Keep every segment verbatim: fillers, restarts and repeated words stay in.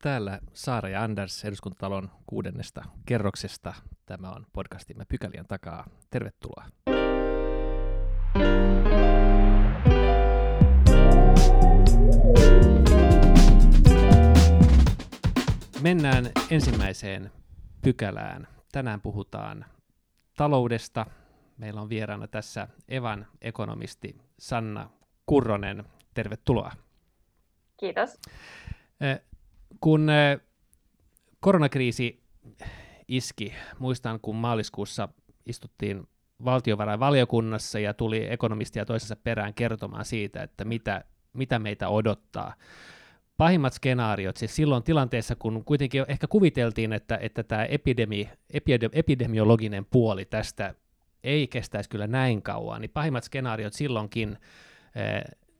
Täällä Saara ja Anders Eduskuntatalon kuudennesta kerroksesta. Tämä on podcastimme Pykälien takaa. Tervetuloa. Mennään ensimmäiseen pykälään. Tänään puhutaan taloudesta. Meillä on vieraana tässä Evan ekonomisti Sanna Kurronen. Tervetuloa. Kiitos. Kun koronakriisi iski, muistan kun maaliskuussa istuttiin valtiovarainvaliokunnassa ja tuli ekonomistia toisensa perään kertomaan siitä, että mitä, mitä meitä odottaa. Pahimmat skenaariot, siis silloin tilanteessa, kun kuitenkin ehkä kuviteltiin, että, että tämä epidemi, epidemi, epidemiologinen puoli tästä ei kestäisi kyllä näin kauan, niin pahimmat skenaariot silloinkin eh,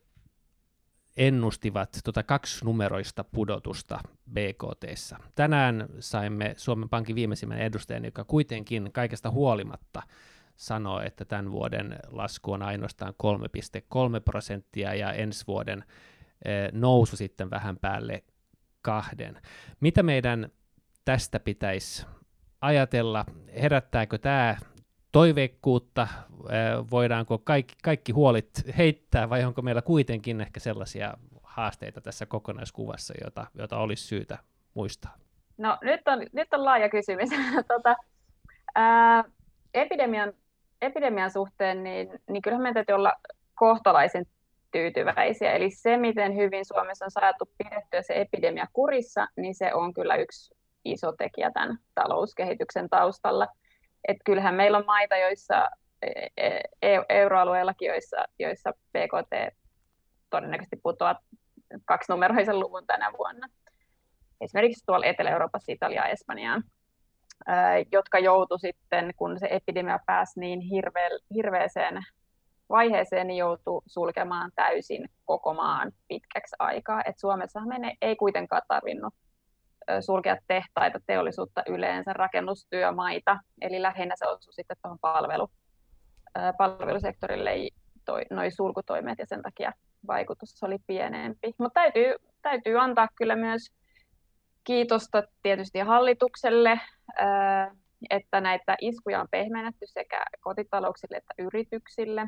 ennustivat tuota kaksinumeroista pudotusta B K T:ssä. Tänään saimme Suomen Pankin viimeisimmän edustajan, joka kuitenkin kaikesta huolimatta sanoo, että tämän vuoden lasku on ainoastaan kolme pilkku kolme prosenttia ja ensi vuoden eh, nousu sitten vähän päälle kahden. Mitä meidän tästä pitäisi ajatella? Herättääkö tämä toiveikkuutta, voidaanko kaikki, kaikki huolit heittää vai onko meillä kuitenkin ehkä sellaisia haasteita tässä kokonaiskuvassa, jota, jota olisi syytä muistaa? No nyt on, nyt on laaja kysymys. tota, ää, epidemian, epidemian suhteen, niin, niin kyllähän meidän täytyy olla kohtalaisen tyytyväisiä. Eli se, miten hyvin Suomessa on saatu pidettyä se epidemia kurissa, niin se on kyllä yksi iso tekijä tämän talouskehityksen taustalla. Et kyllähän meillä on maita, joissa euroalueellakin, joissa, joissa B K T todennäköisesti putoaa kaksinumeroisen luvun tänä vuonna. Esimerkiksi tuolla Etelä-Euroopassa, Italia ja Espanjaan, jotka joutu sitten, kun se epidemia pääsi niin hirveä, hirveäseen vaiheeseen, niin joutui sulkemaan täysin koko maan pitkäksi aikaa. Et Suomessahan meidän ei kuitenkaan tarvinnut sulkea tehtaita, teollisuutta yleensä, rakennustyömaita, eli lähinnä se osui sitten tuohon palvelu, palvelusektorille toi, noi sulkutoimet, ja sen takia vaikutus oli pienempi. Mutta täytyy, täytyy antaa kyllä myös kiitosta tietysti hallitukselle, että näitä iskuja on pehmennetty sekä kotitalouksille että yrityksille.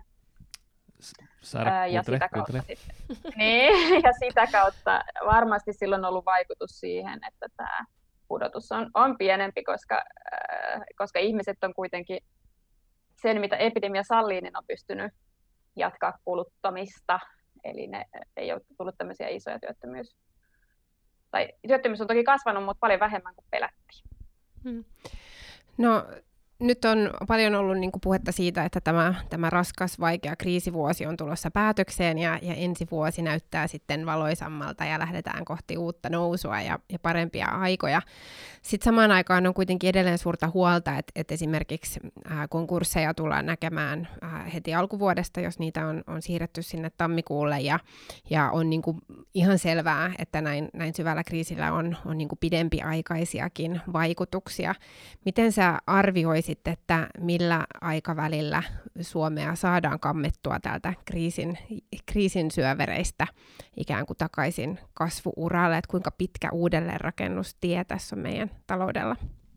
Saada, ja, kuuntele, sitä kautta sitten, niin, ja sitä kautta varmasti silloin on ollut vaikutus siihen, että tämä pudotus on, on pienempi, koska, äh, koska ihmiset on kuitenkin sen, mitä epidemia sallii, niin on pystynyt jatkaa kuluttamista. Eli ne ei ole tullut tämmöisiä isoja työttömyys. Tai työttömyys on toki kasvanut, mutta paljon vähemmän kuin pelättiin. Hmm. No, nyt on paljon ollut niin kuin puhetta siitä, että tämä, tämä raskas, vaikea kriisivuosi on tulossa päätökseen ja, ja ensi vuosi näyttää sitten valoisammalta ja lähdetään kohti uutta nousua ja, ja parempia aikoja. Sitten samaan aikaan on kuitenkin edelleen suurta huolta, että, että esimerkiksi ää, konkursseja tullaan näkemään ää, heti alkuvuodesta, jos niitä on, on siirretty sinne tammikuulle ja, ja on niin kuin ihan selvää, että näin, näin syvällä kriisillä on, on niin kuin pidempiaikaisiakin vaikutuksia. Miten sä arvioisit, että millä aikavälillä Suomea saadaan kammettua täältä kriisin, kriisin syövereistä ikään kuin takaisin kasvu-uralle, että kuinka pitkä uudelleenrakennustie tässä on meidän taloudella?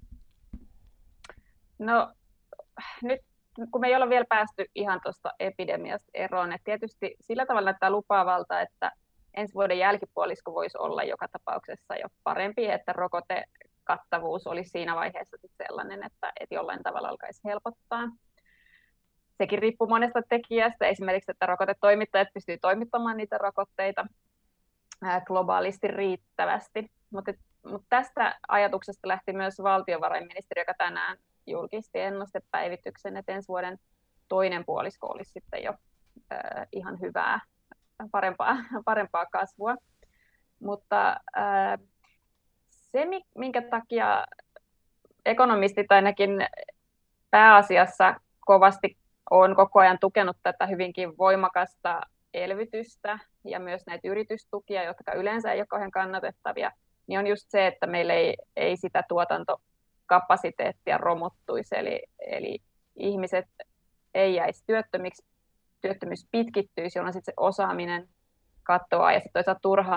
No nyt kun me ei olla vielä päästy ihan tuosta epidemiasta eroon, että tietysti sillä tavalla näyttää lupaavalta, että ensi vuoden jälkipuolisko voisi olla joka tapauksessa jo parempi, että rokote kattavuus olisi siinä vaiheessa sellainen, että, että jollain tavalla alkaisi helpottaa. Sekin riippuu monesta tekijästä, esimerkiksi, että rokotetoimittajat pystyvät toimittamaan niitä rokotteita ää, globaalisti riittävästi. Mutta mut tästä ajatuksesta lähti myös valtiovarainministeri, joka tänään julkisti ennustepäivityksen, että ensi vuoden toinen puolisko olisi sitten jo ää, ihan hyvää, parempaa, parempaa kasvua. Mutta ää, se, minkä takia ekonomistit ainakin pääasiassa kovasti on koko ajan tukenut tätä hyvinkin voimakasta elvytystä ja myös näitä yritystukia, jotka yleensä ei ole kauhean kannatettavia, niin on just se, että meillä ei, ei sitä tuotantokapasiteettia romuttuisi, eli, eli ihmiset ei jäisi työttömiksi, työttömyys pitkittyisi, jolloin sitten se osaaminen katoaa ja sitten toisaalta turhaan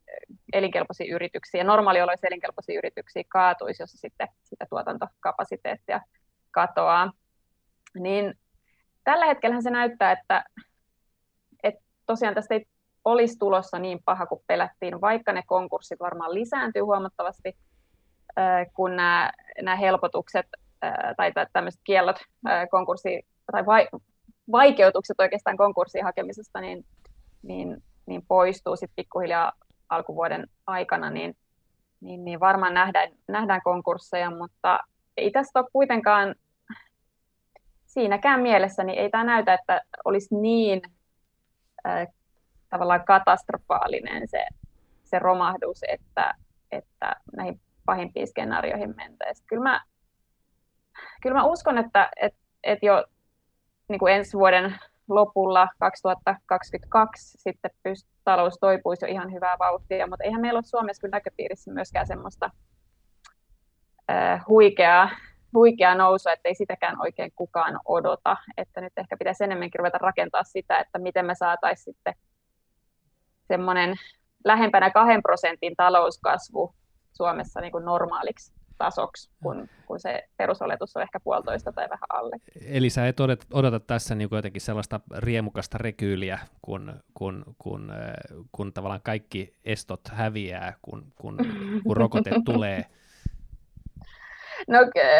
elinkelpoisia yrityksiä, normaalioloisia elinkelpoisia yrityksiä kaatuisi, jos sitten sitä tuotantokapasiteettia katoaa. Niin tällä hetkellä se näyttää, että, että tosiaan tästä ei olisi tulossa niin paha kuin pelättiin, vaikka ne konkurssit varmaan lisääntyy huomattavasti, kun nämä, nämä helpotukset tai tämmöiset kiellot, konkurssi, tai vai, vaikeutukset oikeastaan konkurssiin hakemisesta, niin, niin, niin poistuu sitten pikkuhiljaa alkuvuoden aikana, niin, niin, niin varmaan nähdään, nähdään konkursseja, mutta ei tästä ole kuitenkaan siinäkään mielessä, niin ei tämä näytä, että olisi niin äh, tavallaan katastrofaalinen se, se romahdus, että, että näihin pahimpiin skenaarioihin mentäisiin. Kyllä mä, kyllä mä uskon, että, että, että jo niin kuin ensi vuoden lopulla kaksituhattakaksikymmentäkaksi sitten pyst- talous toipuisi jo ihan hyvää vauhtia, mutta eihän meillä ole Suomessa kyllä näköpiirissä myöskään semmoista äh, huikeaa, huikeaa nousua, ettei sitäkään oikein kukaan odota. Että nyt ehkä pitäisi enemmänkin ruveta rakentaa sitä, että miten me saataisiin sitten semmoinen lähempänä kahden prosentin talouskasvu Suomessa niin kuin normaaliksi tasoksi, kun, kun se perusoletus on ehkä puolitoista tai vähän alle. Eli sä et odota, odota tässä niin kuin jotenkin sellaista riemukasta rekyyliä, kun, kun, kun, kun tavallaan kaikki estot häviää, kun, kun, kun rokote tulee? No,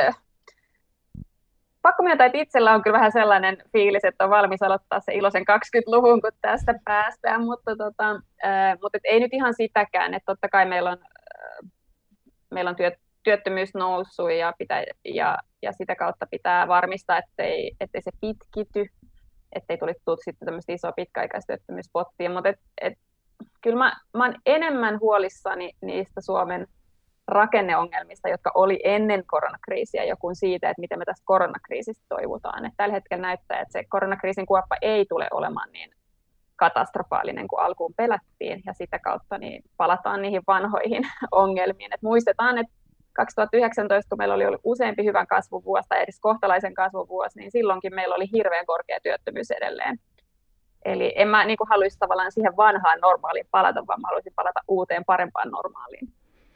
pakko myöntää, että itsellä on kyllä vähän sellainen fiilis, että on valmis aloittaa se iloisen kaksikymmentäluvun, kun tästä päästään, mutta, tota, ää, mutta et ei nyt ihan sitäkään, että totta kai meillä on, ää, meillä on työt, työttömyys noussut ja, pitää, ja, ja sitä kautta pitää varmistaa, ettei, ettei se pitkity, ettei tulisi sitten tämmöistä isoa pitkäaikaistyöttömyyspottia, mutta et, et, kyllä mä, mä oon enemmän huolissani niistä Suomen rakenneongelmista, jotka oli ennen koronakriisiä, jo kuin siitä, että miten me tästä koronakriisistä toivutaan. Että tällä hetkellä näyttää, että se koronakriisin kuoppa ei tule olemaan niin katastrofaalinen kuin alkuun pelättiin, ja sitä kautta niin palataan niihin vanhoihin ongelmiin. Et muistetaan, että kaksituhattayhdeksäntoista, kun meillä oli ollut useampi hyvän kasvun vuosi tai edes kohtalaisen kasvun vuosi, niin silloinkin meillä oli hirveän korkea työttömyys edelleen. Eli en mä niin kuin haluaisi tavallaan siihen vanhaan normaaliin palata, vaan mä haluaisin palata uuteen parempaan normaaliin.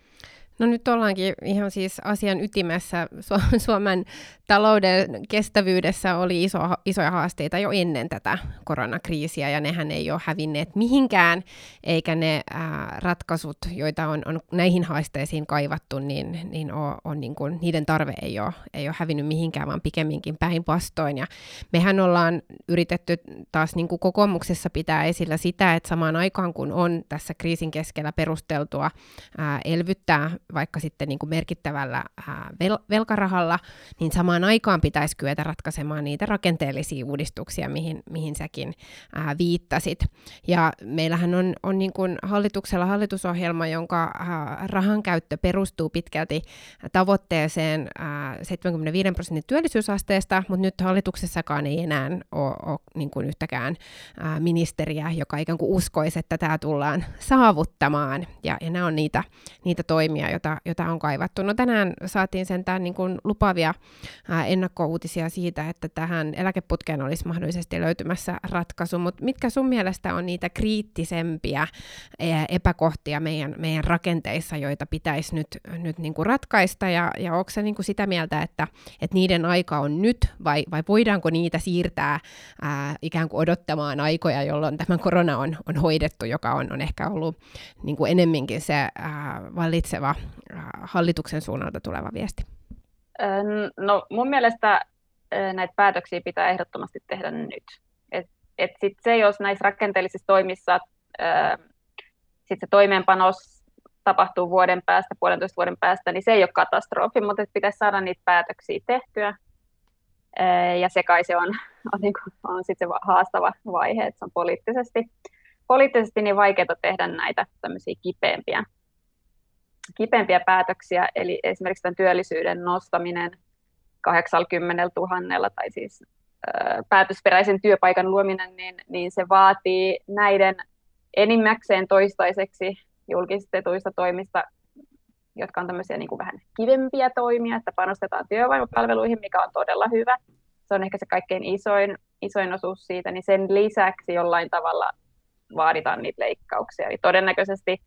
No nyt ollaankin ihan siis asian ytimessä. Suomen talouden kestävyydessä oli iso, isoja haasteita jo ennen tätä koronakriisiä, ja nehän ei ole hävinneet mihinkään, eikä ne ää, ratkaisut, joita on, on näihin haasteisiin kaivattu, niin, niin, on, on niin kuin, niiden tarve ei ole, ei ole hävinnyt mihinkään, vaan pikemminkin päinvastoin. Ja mehän ollaan yritetty taas niin kuin kokoomuksessa pitää esillä sitä, että samaan aikaan kun on tässä kriisin keskellä perusteltua ää, elvyttää, vaikka sitten niin kuin merkittävällä ää, vel- velkarahalla, niin samaan aikaan pitäisi kyetä ratkaisemaan niitä rakenteellisia uudistuksia, mihin, mihin säkin ää, viittasit. Ja meillähän on, on niin kuin hallituksella hallitusohjelma, jonka ää, rahankäyttö perustuu pitkälti tavoitteeseen ää, seitsemänkymmentäviisi prosentin työllisyysasteesta, mutta nyt hallituksessakaan ei enää ole, ole niin kuin yhtäkään ää, ministeriä, joka ikään kuin uskoisi, että tämä tullaan saavuttamaan. Ja, ja nämä on niitä, niitä toimia, Jota, jota on kaivattu. No tänään saatiin sentään niin kuin lupaavia ää, ennakkouutisia siitä, että tähän eläkeputkeen olisi mahdollisesti löytymässä ratkaisu, mutta mitkä sun mielestä on niitä kriittisempiä ää, epäkohtia meidän, meidän rakenteissa, joita pitäisi nyt, nyt niin kuin ratkaista, ja, ja onko se niin kuin sitä mieltä, että, että niiden aika on nyt, vai, vai voidaanko niitä siirtää ää, ikään kuin odottamaan aikoja, jolloin tämä korona on, on hoidettu, joka on, on ehkä ollut niin kuin enemminkin se ää, vallitseva hallituksen suunnalta tuleva viesti? No mun mielestä näitä päätöksiä pitää ehdottomasti tehdä nyt. Et, et sit se, jos näissä rakenteellisissa toimissa sit se toimeenpanos tapahtuu vuoden päästä, puolentoista vuoden päästä, niin se ei ole katastrofi, mutta pitäisi saada niitä päätöksiä tehtyä. Ja se kai se on, on, niin kuin, on sit se haastava vaihe, että se on poliittisesti, poliittisesti niin vaikeaa tehdä näitä tämmöisiä kipeämpiä kipeämpiä päätöksiä, eli esimerkiksi tämän työllisyyden nostaminen kahdeksankymmentätuhatta tai siis ö, päätösperäisen työpaikan luominen, niin, niin se vaatii näiden enimmäkseen toistaiseksi julkistetuista toimista, jotka on tämmöisiä niin kuin vähän kivempiä toimia, että panostetaan työvoimapalveluihin, mikä on todella hyvä. Se on ehkä se kaikkein isoin, isoin osuus siitä, niin sen lisäksi jollain tavalla vaaditaan niitä leikkauksia. Eli todennäköisesti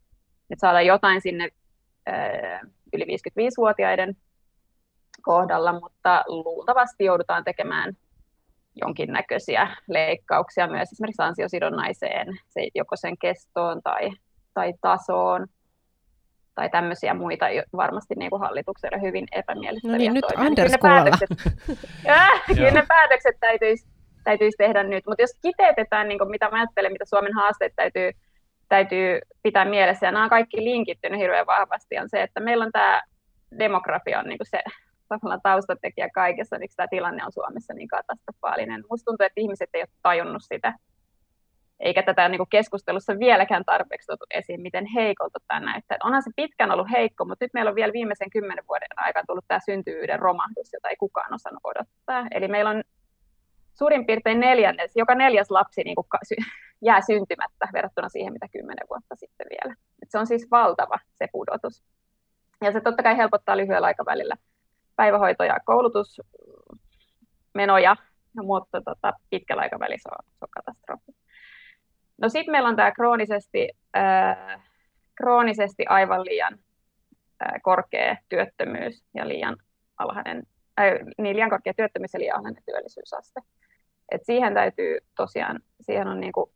että saadaan jotain sinne yli viisikymmentäviisivuotiaiden kohdalla, mutta luultavasti joudutaan tekemään jonkinnäköisiä leikkauksia myös esimerkiksi ansiosidonnaiseen, se, joko sen kestoon tai, tai tasoon, tai tämmöisiä muita varmasti niin kuin hallitukselle hyvin epämiellyttäviä no niin, toimia. nyt Anders kyllä ne päätökset, äh, kyllä ne päätökset täytyisi, täytyisi tehdä nyt, mutta jos kiteytetään, niin kuin mitä mä ajattelen, mitä Suomen haasteet täytyy, täytyy pitää mielessä, ja nämä on kaikki linkittynyt hirveän vahvasti, on se, että meillä on tämä demografia on niin kuin se tavallaan taustatekijä kaikessa, miksi tämä tilanne on Suomessa niin katastrofaalinen. Musta tuntuu, että ihmiset ei ole tajunnut sitä, eikä tätä niin kuin keskustelussa vieläkään tarpeeksi tuotu esiin, miten heikolta tämä näyttää. Onhan se pitkään ollut heikko, mutta nyt meillä on vielä viimeisen kymmenen vuoden aikana tullut tämä syntyvyyden romahdus, jota ei kukaan osannut odottaa. Eli meillä on suurin piirtein neljännes, joka neljäs lapsi niin kuin jää syntymättä verrattuna siihen, mitä kymmenen vuotta sitten vielä. Et se on siis valtava se pudotus. Ja se totta kai helpottaa lyhyellä aikavälillä päivähoito- ja koulutusmenoja, mutta tota, pitkällä aikavälillä se on, se on katastrofi. No sitten meillä on tämä kroonisesti, äh, kroonisesti aivan liian äh, korkea työttömyys ja liian alhainen, äh, niin liian korkea työttömyys ja liian alhainen työllisyysaste. Et siihen täytyy tosiaan, siihen on, niinku,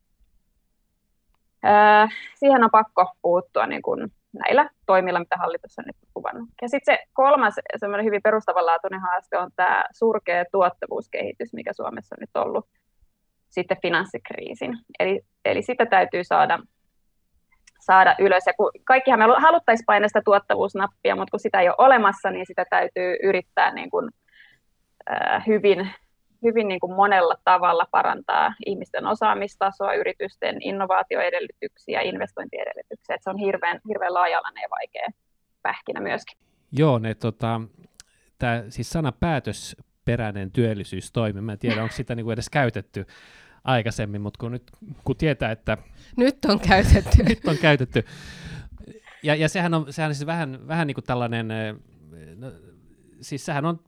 äh, siihen on pakko puuttua niinku näillä toimilla, mitä hallitus on nyt kuvannut. Ja sitten se kolmas semmoinen hyvin perustavanlaatuinen haaste on tämä surkea tuottavuuskehitys, mikä Suomessa on nyt ollut sitten finanssikriisin. Eli, eli sitä täytyy saada, saada ylös. Ja kun kaikkihan me haluttaisiin painaa sitä tuottavuusnappia, mutta kun sitä ei ole olemassa, niin sitä täytyy yrittää niin kuin, äh, hyvin, hyvin niin kuin monella tavalla parantaa ihmisten osaamistasoa, yritysten innovaatioedellytyksiä, investointiedellytyksiä. Et se on hirveän, hirveän laaja-alainen ja vaikea pähkinä myöskin. Joo, ne, tota, tää, siis sana päätösperäinen työllisyystoimi, mä en tiedä, onko sitä niinku edes käytetty aikaisemmin, mutta kun nyt kun tietää, että... Nyt on käytetty. nyt on käytetty. Ja, ja sehän on, sehän on siis vähän, vähän niin kuin tällainen, no, siis sehän on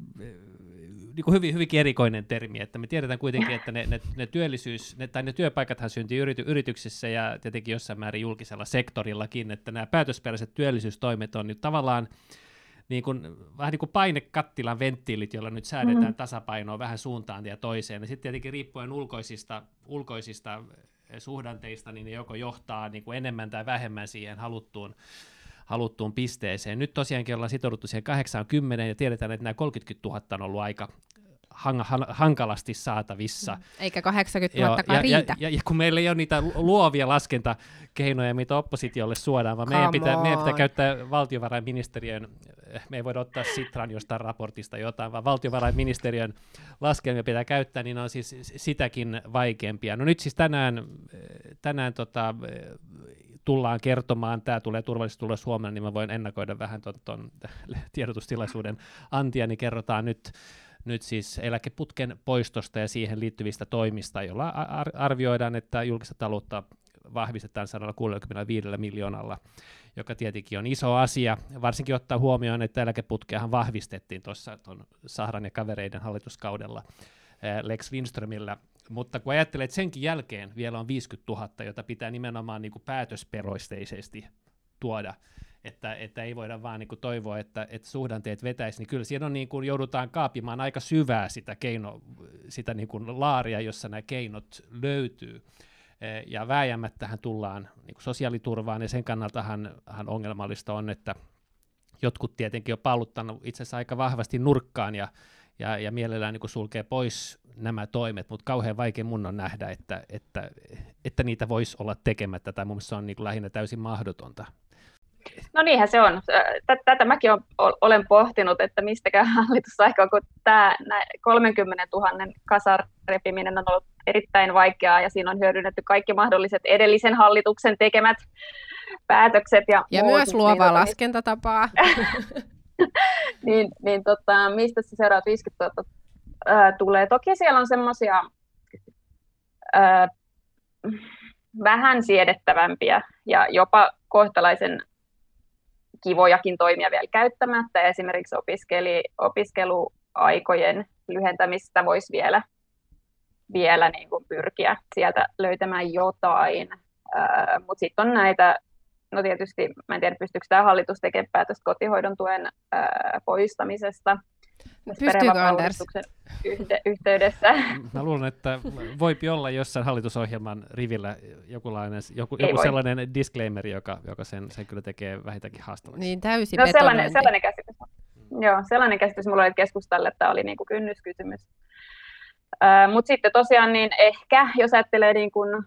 niin kuin hyvin, hyvinkin erikoinen termi, että me tiedetään kuitenkin, että ne, ne, ne työllisyys, ne, tai ne työpaikathan syntyy yrity, yrityksissä ja tietenkin jossain määrin julkisella sektorillakin, että nämä päätösperäiset työllisyystoimet on nyt tavallaan niin kuin, vähän niin kuin painekattilan venttiilit, joilla nyt säädetään mm-hmm. tasapainoa vähän suuntaan ja toiseen. Ja sitten tietenkin riippuen ulkoisista, ulkoisista suhdanteista, niin ne joko johtaa niin kuin enemmän tai vähemmän siihen haluttuun, haluttuun pisteeseen. Nyt tosiaankin ollaan sitouduttu siihen kahdeksankymmentä ja tiedetään, että nämä kolmekymmentätuhatta on ollut aika hang- han- hankalasti saatavissa. Eikä kahdeksankymmentätuhatta riitä. Ja, ja, ja kun meillä ei ole niitä luovia laskentakeinoja, mitä oppositiolle suodaan, vaan meidän pitää, meidän pitää käyttää valtiovarainministeriön, me ei voida ottaa Sitran jostain raportista jotain, vaan valtiovarainministeriön laskelmia pitää käyttää, niin on siis sitäkin vaikeampia. No nyt siis tänään, tänään tota, tullaan kertomaan, tämä tulee turvallisesti tulla Suomeen, niin mä voin ennakoida vähän tuon, tuon tiedotustilaisuuden antia, niin kerrotaan nyt, nyt siis eläkeputken poistosta ja siihen liittyvistä toimista, joilla ar- arvioidaan, että julkista taloutta vahvistetaan sata kuusikymmentäviisi miljoonalla, joka tietenkin on iso asia, varsinkin ottaa huomioon, että eläkeputkeahan vahvistettiin tuossa tuon Sahran ja kavereiden hallituskaudella Lex Lindströmillä, mutta kun ajattelee, että senkin jälkeen vielä on viisikymmentätuhatta, jota pitää nimenomaan niin kuin päätösperusteisesti tuoda, että, että ei voida vaan niin kuin toivoa, että, että suhdanteet vetäisi, niin kyllä siinä on niin kuin joudutaan kaapimaan aika syvää sitä, keino, sitä niin kuin laaria, jossa nämä keinot löytyy. Ja vääjäämättähän tullaan niin kuin sosiaaliturvaan, ja sen kannaltahan ongelmallista on, että jotkut tietenkin on palluttanut itse asiassa aika vahvasti nurkkaan, ja, ja, ja mielellään niin kuin sulkee pois nämä toimet, mutta kauhean vaikea mun on nähdä, että, että, että niitä voisi olla tekemättä, tai mun mielestä se on niin kuin lähinnä täysin mahdotonta. No niinhän se on. Tätä mäkin olen pohtinut, että mistäkään hallitus aikoo, kun tämä kolmekymmentätuhatta kasarepiminen on ollut erittäin vaikeaa, ja siinä on hyödynnetty kaikki mahdolliset edellisen hallituksen tekemät päätökset. Ja, ja muut, myös luovaa niin, laskentatapaa. niin, niin tota, mistä se seuraavat viisikymmentätuhatta äh, tulee? Toki siellä on semmoisia äh, vähän siedettävämpiä ja jopa kohtalaisen kivojakin toimia vielä käyttämättä. Esimerkiksi opiskeli, opiskeluaikojen lyhentämistä voisi vielä, vielä niin kuin pyrkiä sieltä löytämään jotain. Äh, mutta sitten on näitä no tietysti, mä en tiedä, pystyykö tämä hallitus tekemään päätöstä kotihoidon tuen ää, poistamisesta. Pystyykö Anders? Yhte- yhteydessä. Mä luulen, että voipi olla jossain hallitusohjelman rivillä jokinlainen, joku, joku sellainen disclaimer, joka, joka sen, sen kyllä tekee vähintäänkin haastavaksi. Niin täysin no, sellainen, sellainen käsitys. Joo, sellainen käsitys mulla oli keskustalle, että tämä oli niin kuin kynnyskysymys. Äh, Mutta sitten tosiaan niin ehkä, jos ajattelee niin kuin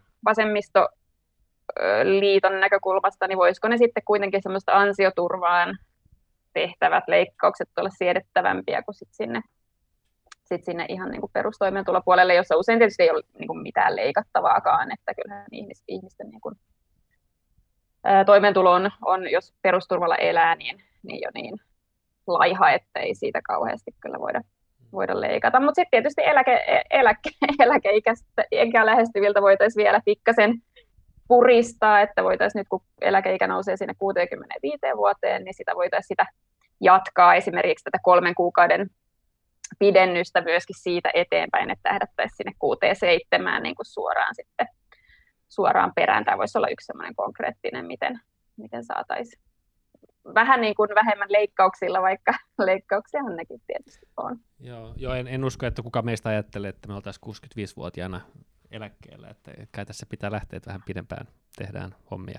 vasemmistoliiton näkökulmasta, niin voisiko ne sitten kuitenkin semmoista ansioturvaan tehtävät leikkaukset olla siedettävämpiä kuin sit sinne, sit sinne ihan niin kuin perustoimeentulopuolelle, jossa usein tietysti ei ole niin kuin mitään leikattavaakaan, että kyllähän ihmis, ihmisten niin kuin, ää, toimeentulo on, on, jos perusturvalla elää, niin, niin jo niin laiha, että ei siitä kauheasti kyllä voida, voida leikata. Mutta sitten tietysti eläke, eläke, eläkeikä lähestyviltä voitaisiin vielä pikkasen puristaa, että voitaisiin nyt, kun eläkeikä nousee sinne kuuteenkymmeneenviiteen vuoteen, niin sitä voitaisiin sitä jatkaa esimerkiksi tätä kolmen kuukauden pidennystä myöskin siitä eteenpäin, että tähdättäisiin sinne kuuteen seitsemään niin kuin suoraan sitten suoraan perään. Tämä voisi olla yksi sellainen konkreettinen, miten, miten saataisiin vähän niin kuin vähemmän leikkauksilla, vaikka leikkauksiahan nekin tietysti on. Joo, jo en, en usko, että kuka meistä ajattelee, että me oltaisiin kuusikymmentäviisivuotiaana eläkkeellä, että kai tässä pitää lähteä, että vähän pidempään tehdään hommia.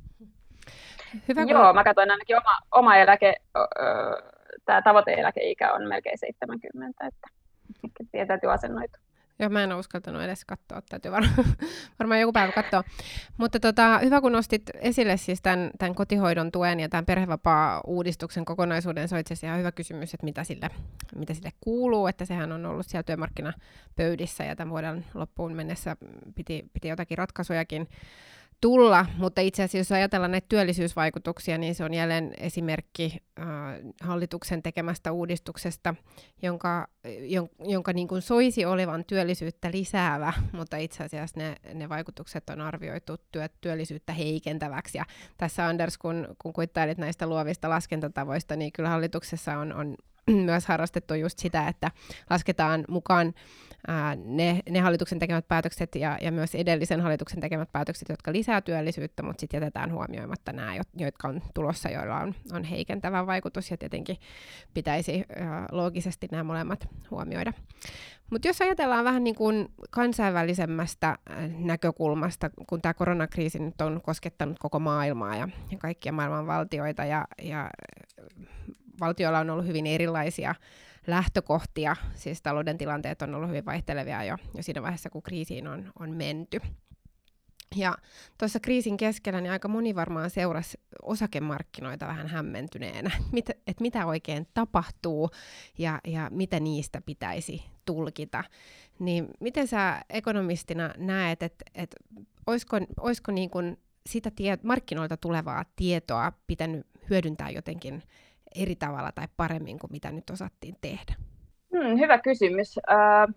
Hyvä, kun... Joo, mä katsoin ainakin oma, oma eläke, öö, tämä tavoite-eläkeikä on melkein seitsemänkymmentä, että täytyy asennoitua. Joo, mä en ole uskaltanut edes katsoa, täytyy varmaan, varmaan joku päivä katsoa. Mutta tota, hyvä, kun nostit esille siis tämän, tämän kotihoidon tuen ja tämän perhevapaa-uudistuksen kokonaisuuden. Se on itse asiassa ihan hyvä kysymys, että mitä sille, mitä sille kuuluu, että sehän on ollut siellä työmarkkinapöydissä ja tämän vuoden loppuun mennessä piti, piti jotakin ratkaisujakin tulla, mutta itse asiassa jos ajatellaan näitä työllisyysvaikutuksia, niin se on jälleen esimerkki äh, hallituksen tekemästä uudistuksesta, jonka, jon, jonka niin kuin soisi olevan työllisyyttä lisäävä, mutta itse asiassa ne, ne vaikutukset on arvioitu työ, työllisyyttä heikentäväksi. Ja tässä Anders, kun, kun kuittailit näistä luovista laskentatavoista, niin kyllä hallituksessa on, on myös harrastettu just sitä, että lasketaan mukaan ää, ne, ne hallituksen tekemät päätökset ja, ja myös edellisen hallituksen tekemät päätökset, jotka lisää työllisyyttä, mutta sitten jätetään huomioimatta nämä, jotka on tulossa, joilla on, on heikentävä vaikutus, ja tietenkin pitäisi ää, loogisesti nämä molemmat huomioida. Mutta jos ajatellaan vähän niin kuin kansainvälisemmästä näkökulmasta, kun tämä koronakriisi nyt on koskettanut koko maailmaa ja, ja kaikkia maailman valtioita, ja, ja valtioilla on ollut hyvin erilaisia lähtökohtia, siis talouden tilanteet on ollut hyvin vaihtelevia jo, jo siinä vaiheessa, kun kriisiin on, on menty. Ja tuossa kriisin keskellä niin aika moni varmaan seurasi osakemarkkinoita vähän hämmentyneenä, että et mitä oikein tapahtuu ja, ja mitä niistä pitäisi tulkita. Niin miten sä ekonomistina näet, että et, olisiko, olisiko niin kuin sitä tie, markkinoilta tulevaa tietoa pitänyt hyödyntää jotenkin eri tavalla tai paremmin kuin mitä nyt osattiin tehdä? Hmm, hyvä kysymys. Äh,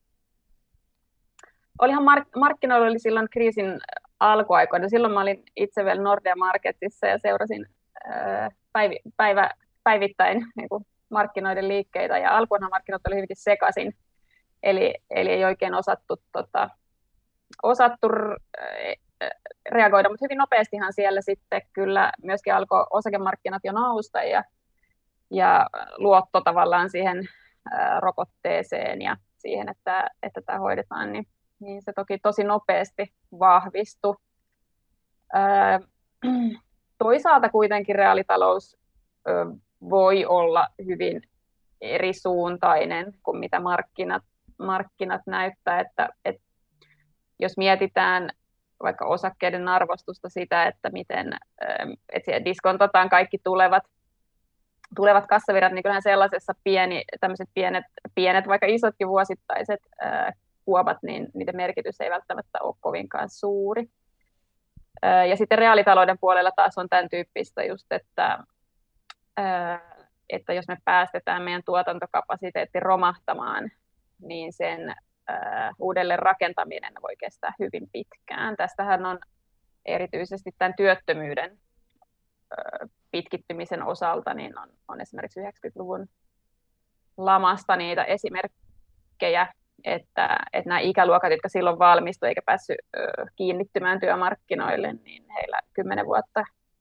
olihan mark- markkinoilla oli silloin kriisin alkuaikoina. Silloin mä olin itse vielä Nordea Marketsissa ja seurasin äh, päivi- päivä, päivittäin niin kuin markkinoiden liikkeitä. Ja alkuunhan markkinat oli hyvinkin sekaisin. Eli, eli ei oikein osattu, tota, osattu äh, reagoida, mutta hyvin nopeastihan siellä sitten kyllä myöskin alkoi osakemarkkinat jo nousta ja ja luotto tavallaan siihen ää, rokotteeseen ja siihen, että, että tämä hoidetaan, niin, niin se toki tosi nopeasti vahvistui. Ää, toisaalta kuitenkin reaalitalous ö, voi olla hyvin erisuuntainen kuin mitä markkinat, markkinat näyttää, että, että jos mietitään vaikka osakkeiden arvostusta sitä, että miten että diskontataan kaikki tulevat tulevat kassavirrat, niin kyllähän sellaisessa pieni, tämmöiset pienet, pienet, vaikka isotkin vuosittaiset ää, kuopat, niin niiden merkitys ei välttämättä ole kovinkaan suuri. Ää, ja sitten reaalitalouden puolella taas on tämän tyyppistä just, että, ää, että jos me päästetään meidän tuotantokapasiteetti romahtamaan, niin sen ää, uudelleen rakentaminen voi kestää hyvin pitkään. Tästähän on erityisesti tämän työttömyyden pitkittymisen osalta, niin on, on esimerkiksi yhdeksänkymmentäluvun lamasta niitä esimerkkejä, että, että nämä ikäluokat, jotka silloin valmistuivat eikä päässyt ö, kiinnittymään työmarkkinoille, niin heillä kymmenen vuotta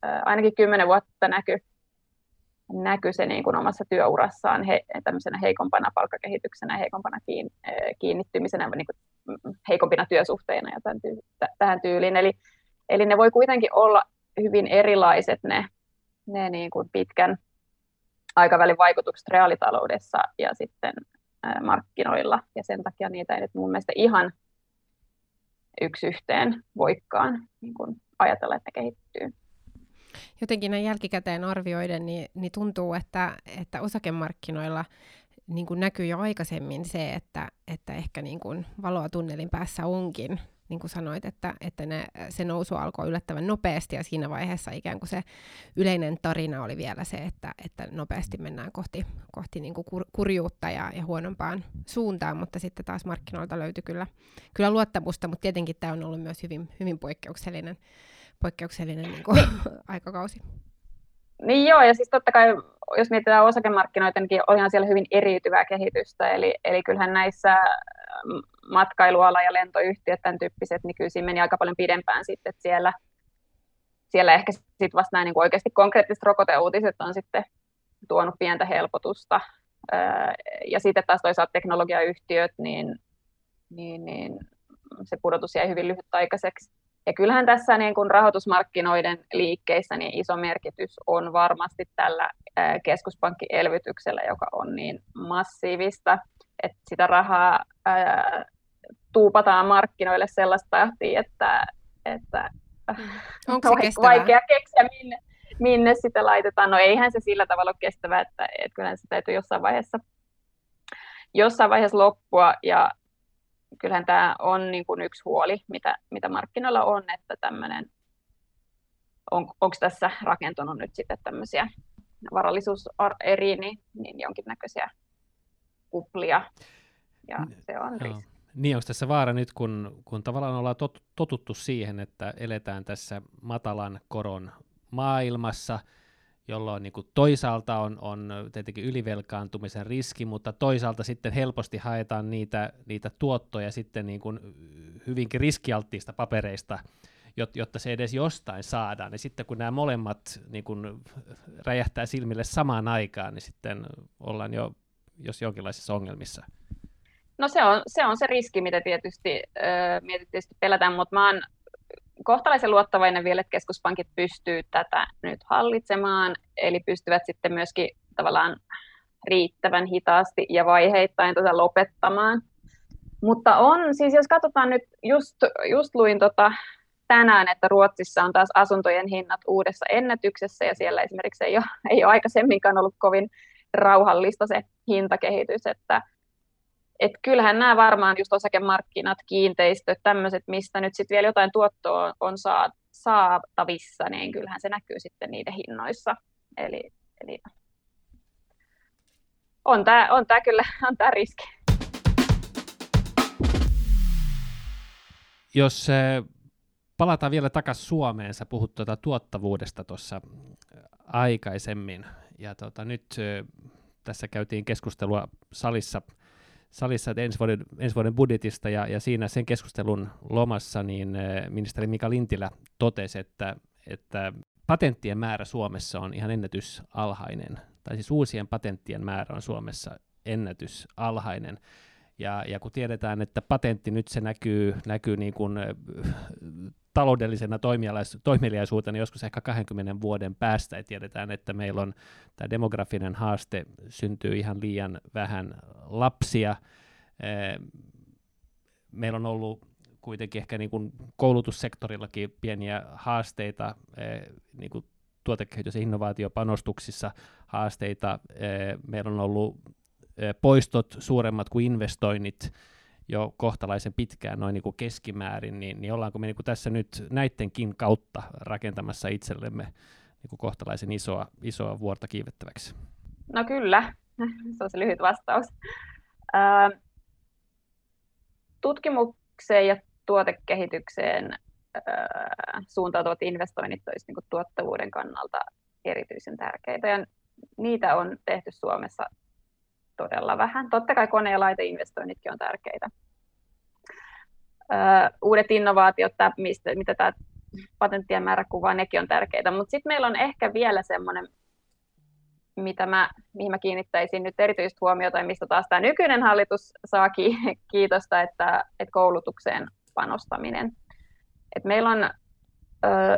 ainakin kymmenen vuotta näkyi näky se niin kuin omassa työurassaan he, tämmöisenä heikompana palkkakehityksenä, heikompana kiin, kiinnittymisenä, niin kuin heikompina työsuhteina ja tämän tyy, tähän tyyliin. Eli, eli ne voi kuitenkin olla hyvin erilaiset ne, ne niin kuin pitkän aikavälin vaikutukset reaalitaloudessa ja sitten ää, markkinoilla, ja sen takia niitä ei nyt mun mielestä ihan yksi yhteen voikaan niin kuin ajatella, että ne kehittyy. Jotenkin näin jälkikäteen arvioiden, niin, niin tuntuu, että, että osakemarkkinoilla niin kuin näkyy jo aikaisemmin se, että, että ehkä niin kuin valoa tunnelin päässä onkin. Niin kuin sanoit, että, että ne, se nousu alkoi yllättävän nopeasti, ja siinä vaiheessa ikään kuin se yleinen tarina oli vielä se, että, että nopeasti mennään kohti, kohti niin kuin kur, kurjuutta ja, ja huonompaan suuntaan, mutta sitten taas markkinoilta löytyi kyllä, kyllä luottamusta, mutta tietenkin tämä on ollut myös hyvin, hyvin poikkeuksellinen, poikkeuksellinen niin kuin aikakausi. Niin joo, ja siis totta kai, jos mietitään osakemarkkinoita, niin onhan siellä hyvin eriytyvää kehitystä, eli, eli kyllähän näissä matkailuala ja lentoyhtiöt, tämän tyyppiset, niin kyllä siinä meni aika paljon pidempään sitten, että siellä, siellä ehkä sitten vasta näin niin kuin oikeasti konkreettiset rokoteuutiset on sitten tuonut pientä helpotusta, ja sitten taas toisaalta teknologiayhtiöt, niin, niin, niin se pudotus jäi hyvin lyhytaikaiseksi. Ja kyllähän tässä niin kuin rahoitusmarkkinoiden liikkeissä niin iso merkitys on varmasti tällä keskuspankkielvytyksellä, joka on niin massiivista, että sitä rahaa ää, tuupataan markkinoille sellaista tahtia, että, että onko se kestävää? Vaikea keksiä, minne, minne sitä laitetaan. No eihän se sillä tavalla ole kestävää, että, että kyllähän se täytyy jossain vaiheessa, jossain vaiheessa loppua, ja kyllähän tämä on niin kuin yksi huoli, mitä, mitä markkinoilla on, että tämmöinen, on, onko tässä rakentunut nyt sitten tämmöisiä varallisuuseriä, niin, niin jonkinnäköisiä kuplia, ja se on riski. Niin, onko tässä vaara nyt, kun, kun tavallaan ollaan tot, totuttu siihen, että eletään tässä matalan koron maailmassa, jolloin niin kuin toisaalta on, on tietenkin ylivelkaantumisen riski, mutta toisaalta sitten helposti haetaan niitä, niitä tuottoja sitten niin kuin hyvinkin riskialttiista papereista, jotta se edes jostain saadaan. Ja sitten kun nämä molemmat niin kuin räjähtää silmille samaan aikaan, niin sitten ollaan jo jos jonkinlaisissa ongelmissa. No se on se, on se riski, mitä tietysti, äh, tietysti pelätään, mutta mä oon kohtalaisen luottavainen vielä, että keskuspankit pystyy tätä nyt hallitsemaan, eli pystyvät sitten myöskin tavallaan riittävän hitaasti ja vaiheittain tätä lopettamaan. Mutta on, siis jos katsotaan nyt, just, just luin tota tänään, että Ruotsissa on taas asuntojen hinnat uudessa ennätyksessä, ja siellä esimerkiksi ei ole, ei ole aikaisemminkaan ollut kovin rauhallista se hintakehitys, että et kyllähän nämä varmaan just osakemarkkinat, kiinteistöt, tämmöiset, mistä nyt sitten vielä jotain tuottoa on saatavissa, niin kyllähän se näkyy sitten niiden hinnoissa. Eli, eli on tämä on tää kyllä on tää riski. Jos palataan vielä takaisin Suomeen, sä puhut tuota tuottavuudesta tuossa aikaisemmin, ja tota, nyt tässä käytiin keskustelua salissa, salissa ensi vuoden, ensi vuoden budjetista, ja, ja siinä sen keskustelun lomassa niin ministeri Mika Lintilä totesi, että, että patenttien määrä Suomessa on ihan ennätysalhainen, tai siis uusien patenttien määrä on Suomessa ennätysalhainen. Ja, ja kun tiedetään, että patentti nyt se näkyy, näkyy niin kuin taloudellisena toimeliaisuutena joskus ehkä kahdenkymmenen vuoden päästä, ja tiedetään, että meillä on tämä demografinen haaste, syntyy ihan liian vähän lapsia. Meillä on ollut kuitenkin ehkä niin kuin koulutussektorillakin pieniä haasteita, niin kuin tuotekehitys- ja innovaatiopanostuksissa haasteita. Meillä on ollut poistot suuremmat kuin investoinnit jo kohtalaisen pitkään noin niin kuin keskimäärin, niin, niin ollaanko me niin kuin tässä nyt näidenkin kautta rakentamassa itsellemme niin kuin kohtalaisen isoa, isoa vuorta kiivettäväksi? No kyllä, se on se lyhyt vastaus. Ää, tutkimukseen ja tuotekehitykseen ää, suuntautuvat investoinnit olisivat niin kuin tuottavuuden kannalta erityisen tärkeitä, ja niitä on tehty Suomessa todella vähän. Totta kai kone- ja laiteinvestoinnitkin on tärkeitä. Öö, uudet innovaatiot, mistä, mitä tämä patenttien määrä kuvaa, nekin on tärkeitä. Mutta sitten meillä on ehkä vielä semmoinen, mitä mä, mihin mä kiinnittäisin nyt erityistä huomiota, ja mistä taas tämä nykyinen hallitus saa kiitosta, että, että koulutukseen panostaminen. Et meillä on, ö,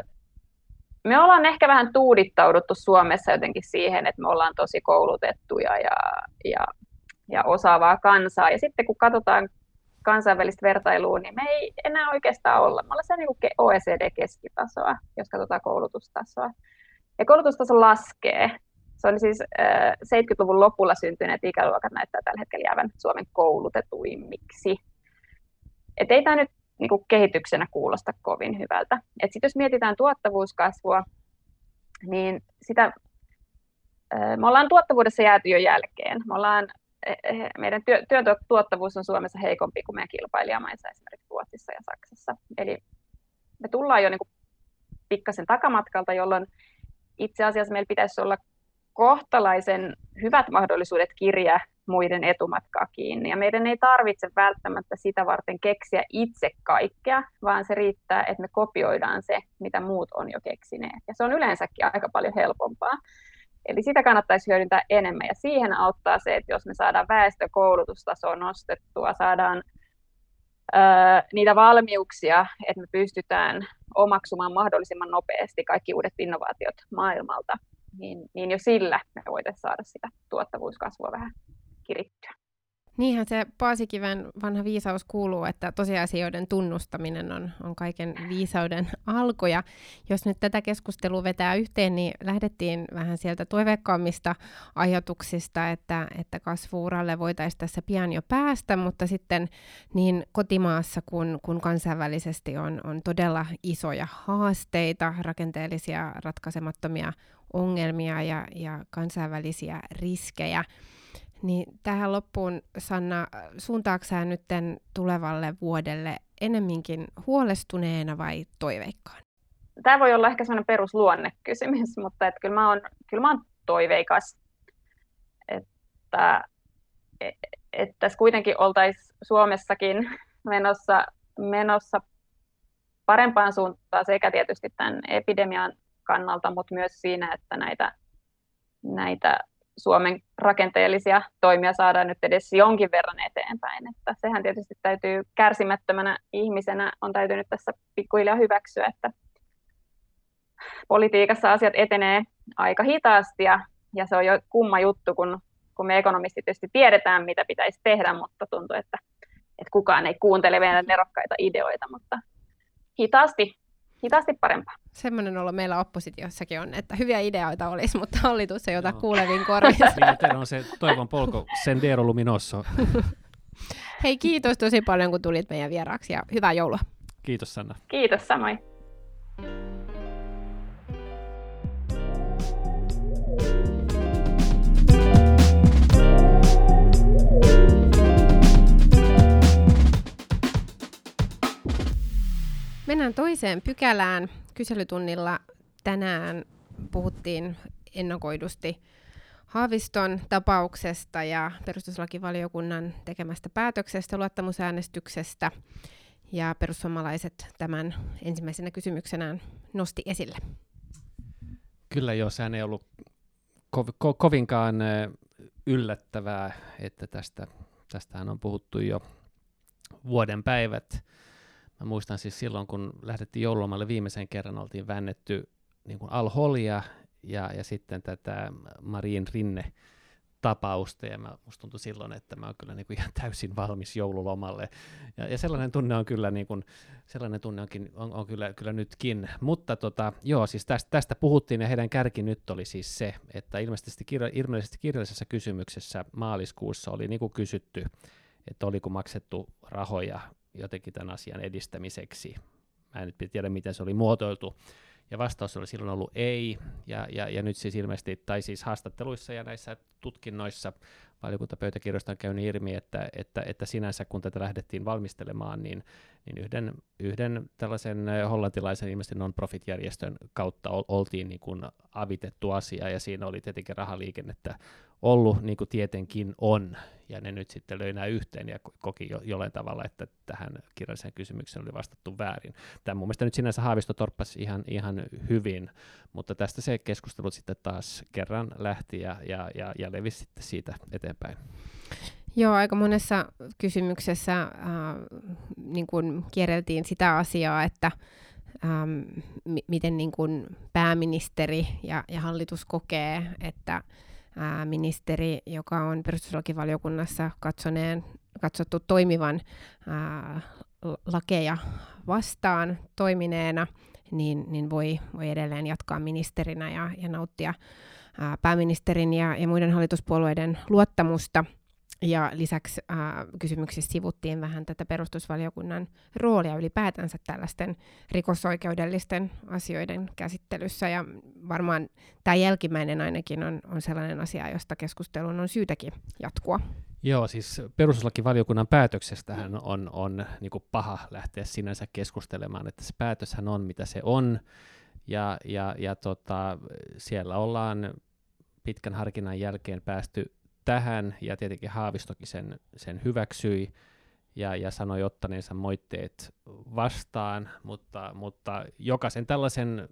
me ollaan ehkä vähän tuudittauduttu Suomessa jotenkin siihen, että me ollaan tosi koulutettuja ja, ja, ja osaavaa kansaa. Ja sitten kun katsotaan kansainvälistä vertailua, niin me ei enää oikeastaan olla. Me ollaan se niin kuin O E C D-keskitasoa, jos katsotaan koulutustasoa. Ja koulutustaso laskee. Se oli siis äh, seitsemänkymmentäluvun lopulla syntyneet ikäluokat näyttää tällä hetkellä jäävän Suomen koulutetuimmiksi. Et ei tämä nyt niin kuin kehityksenä kuulosta kovin hyvältä. Et sit jos mietitään tuottavuuskasvua, niin sitä, äh, me ollaan tuottavuudessa jääty jo jälkeen. Me ollaan, äh, meidän työ, työn tuottavuus on Suomessa heikompi kuin meidän kilpailijamaissa, esimerkiksi Ruotsissa ja Saksassa. Eli me tullaan jo niin kuin pikkasen takamatkalta, jolloin itse asiassa meillä pitäisi olla kohtalaisen hyvät mahdollisuudet kirjaa muiden etumatkaa kiinni. Ja meidän ei tarvitse välttämättä sitä varten keksiä itse kaikkea, vaan se riittää, että me kopioidaan se, mitä muut on jo keksineet. Ja se on yleensäkin aika paljon helpompaa. Eli sitä kannattaisi hyödyntää enemmän. Ja siihen auttaa se, että jos me saadaan väestökoulutustasoa nostettua, saadaan öö, niitä valmiuksia, että me pystytään omaksumaan mahdollisimman nopeasti kaikki uudet innovaatiot maailmalta, Niin, niin jo sillä me voitaisiin saada sitä tuottavuuskasvua vähän kirittyä. Niinhän se Paasikiven vanha viisaus kuuluu, että tosiasioiden tunnustaminen on, on kaiken viisauden alku. Ja jos nyt tätä keskustelua vetää yhteen, niin lähdettiin vähän sieltä toiveikkaammista ajatuksista, että, että kasvu-uralle voitaisiin tässä pian jo päästä, mutta sitten niin kotimaassa kuin, kuin kansainvälisesti on, on todella isoja haasteita, rakenteellisia ratkaisemattomia ongelmia ja, ja kansainvälisiä riskejä. Niin tähän loppuun, Sanna, suuntaako sä nyt tulevalle vuodelle enemminkin huolestuneena vai toiveikkaan? Tämä voi olla ehkä sellainen perusluonnekysymys, mutta että kyllä mä oon, kyllä mä oon toiveikas, että, että tässä kuitenkin oltaisiin Suomessakin menossa, menossa parempaan suuntaan sekä tietysti tämän epidemian kannalta, mutta myös siinä, että näitä, näitä Suomen rakenteellisia toimia saadaan nyt edes jonkin verran eteenpäin. Että sehän tietysti täytyy kärsimättömänä ihmisenä on täytynyt tässä pikkuhiljaa hyväksyä, että politiikassa asiat etenee aika hitaasti ja, ja se on jo kumma juttu, kun, kun me ekonomistit tietysti tiedetään, mitä pitäisi tehdä, mutta tuntuu, että, että kukaan ei kuuntele meidän nerokkaita ideoita, mutta hitaasti. Hitaasti parempaa. Semmoinen olo meillä oppositiossakin on, että hyviä ideoita olisi, mutta hallitus ei ota no. kuuleviin korviin. Niin, teillä on se toivon polku, sendero luminoso. Hei, kiitos tosi paljon, kun tulit meidän vieraaksi ja hyvää joulua. Kiitos, Sanna. Kiitos, samoin. Mennään toiseen pykälään. Kyselytunnilla tänään puhuttiin ennakoidusti Haaviston tapauksesta ja perustuslakivaliokunnan tekemästä päätöksestä, luottamusäänestyksestä. Ja perussuomalaiset tämän ensimmäisenä kysymyksenään nosti esille. Kyllä joo, sehän ei ollut ko- ko- kovinkaan yllättävää, että tästä, tästähän on puhuttu jo vuoden päivät. Mä muistan siis silloin, kun lähdettiin joululomalle viimeisen kerran, oltiin väännetty niin kuin Al-Holia ja, ja sitten tätä Marin Rinne-tapausta, ja mä, musta tuntui silloin, että mä oon kyllä niin kuin ihan täysin valmis joululomalle. Ja, ja sellainen tunne on kyllä, niin kuin, sellainen tunne onkin, on, on kyllä, kyllä nytkin. Mutta tota, joo, siis tästä, tästä puhuttiin, ja heidän kärki nyt oli siis se, että ilmeisesti, kirja, ilmeisesti kirjallisessa kysymyksessä maaliskuussa oli niin kuin kysytty, että oliko maksettu rahoja jotenkin tämän asian edistämiseksi. Mä en nyt tiedä, miten se oli muotoiltu. Ja vastaus oli silloin ollut ei. Ja, ja, ja nyt siis ilmeisesti, tai siis haastatteluissa ja näissä tutkinnoissa valiokuntapöytäkirjoista on käynyt ilmi, että, että, että sinänsä kun tätä lähdettiin valmistelemaan, niin, niin yhden, yhden tällaisen hollantilaisen ilmeisesti non-profit-järjestön kautta oltiin niin kuin avitettu asia, ja siinä oli tietenkin rahaliikennettä ollut, niin kuin tietenkin on, ja ne nyt sitten löi nämä yhteen ja koki jo, jollain tavalla, että tähän kirjalliseen kysymykseen oli vastattu väärin. Tämä mun mielestä nyt sinänsä Haavisto torppasi ihan, ihan hyvin, mutta tästä se keskustelu sitten taas kerran lähti ja, ja, ja, ja levisi sitten siitä eteenpäin. Joo, aika monessa kysymyksessä äh, niin kun kierreltiin sitä asiaa, että ähm, m- miten niin kun pääministeri ja, ja hallitus kokee, että ää, ministeri, joka on perustuslakivaliokunnassa katsoneen, katsottu toimivan ää, lakeja vastaan toimineena, niin, niin voi, voi edelleen jatkaa ministerinä ja, ja nauttia ää, pääministerin ja, ja muiden hallituspuolueiden luottamusta. Ja lisäksi äh, kysymyksissä sivuttiin vähän tätä perustusvaliokunnan roolia ylipäätänsä tällaisten rikosoikeudellisten asioiden käsittelyssä. Ja varmaan tämä jälkimmäinen ainakin on, on sellainen asia, josta keskustelun on syytäkin jatkua. Joo, siis perustuslakivaliokunnan päätöksestähän on, on niin kuin paha lähteä sinänsä keskustelemaan, että se päätöshän on mitä se on, ja, ja, ja tota, siellä ollaan pitkän harkinnan jälkeen päästy tähän, ja tietenkin Haavistokin sen, sen hyväksyi ja, ja sanoi ottaneensa moitteet vastaan, mutta, mutta jokaisen tällaisen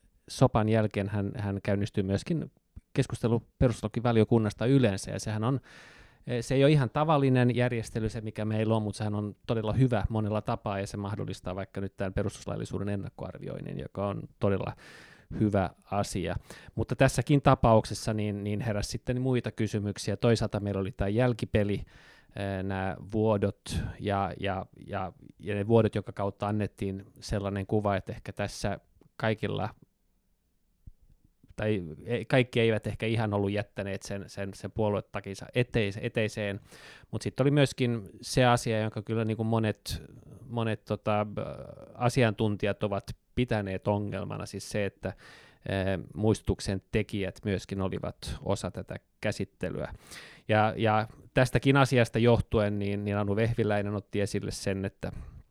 sopan jälkeen hän, hän käynnistyy myöskin keskustelu perustuslakivaliokunnasta yleensä, ja sehän on, se ei ole ihan tavallinen järjestely se, mikä meillä on, mutta sehän on todella hyvä monella tapaa, ja se mahdollistaa vaikka nyt tämän perustuslaillisuuden ennakkoarvioinnin, joka on todella hyvä asia. Mutta tässäkin tapauksessa niin, niin heräsi sitten muita kysymyksiä. Toisaalta meillä oli tämä jälkipeli, nämä vuodot ja, ja, ja, ja ne vuodot, joka kautta annettiin sellainen kuva, että ehkä tässä kaikilla, tai kaikki eivät ehkä ihan ollut jättäneet sen, sen, sen puoluetakinsa eteis, eteiseen, mutta sitten oli myöskin se asia, jonka kyllä niin kuin monet, monet tota, asiantuntijat ovat pitäneet ongelmana, siis se, että eh, muistutuksen tekijät myöskin olivat osa tätä käsittelyä. Ja, ja tästäkin asiasta johtuen, niin, niin Anu Vehviläinen otti esille sen, että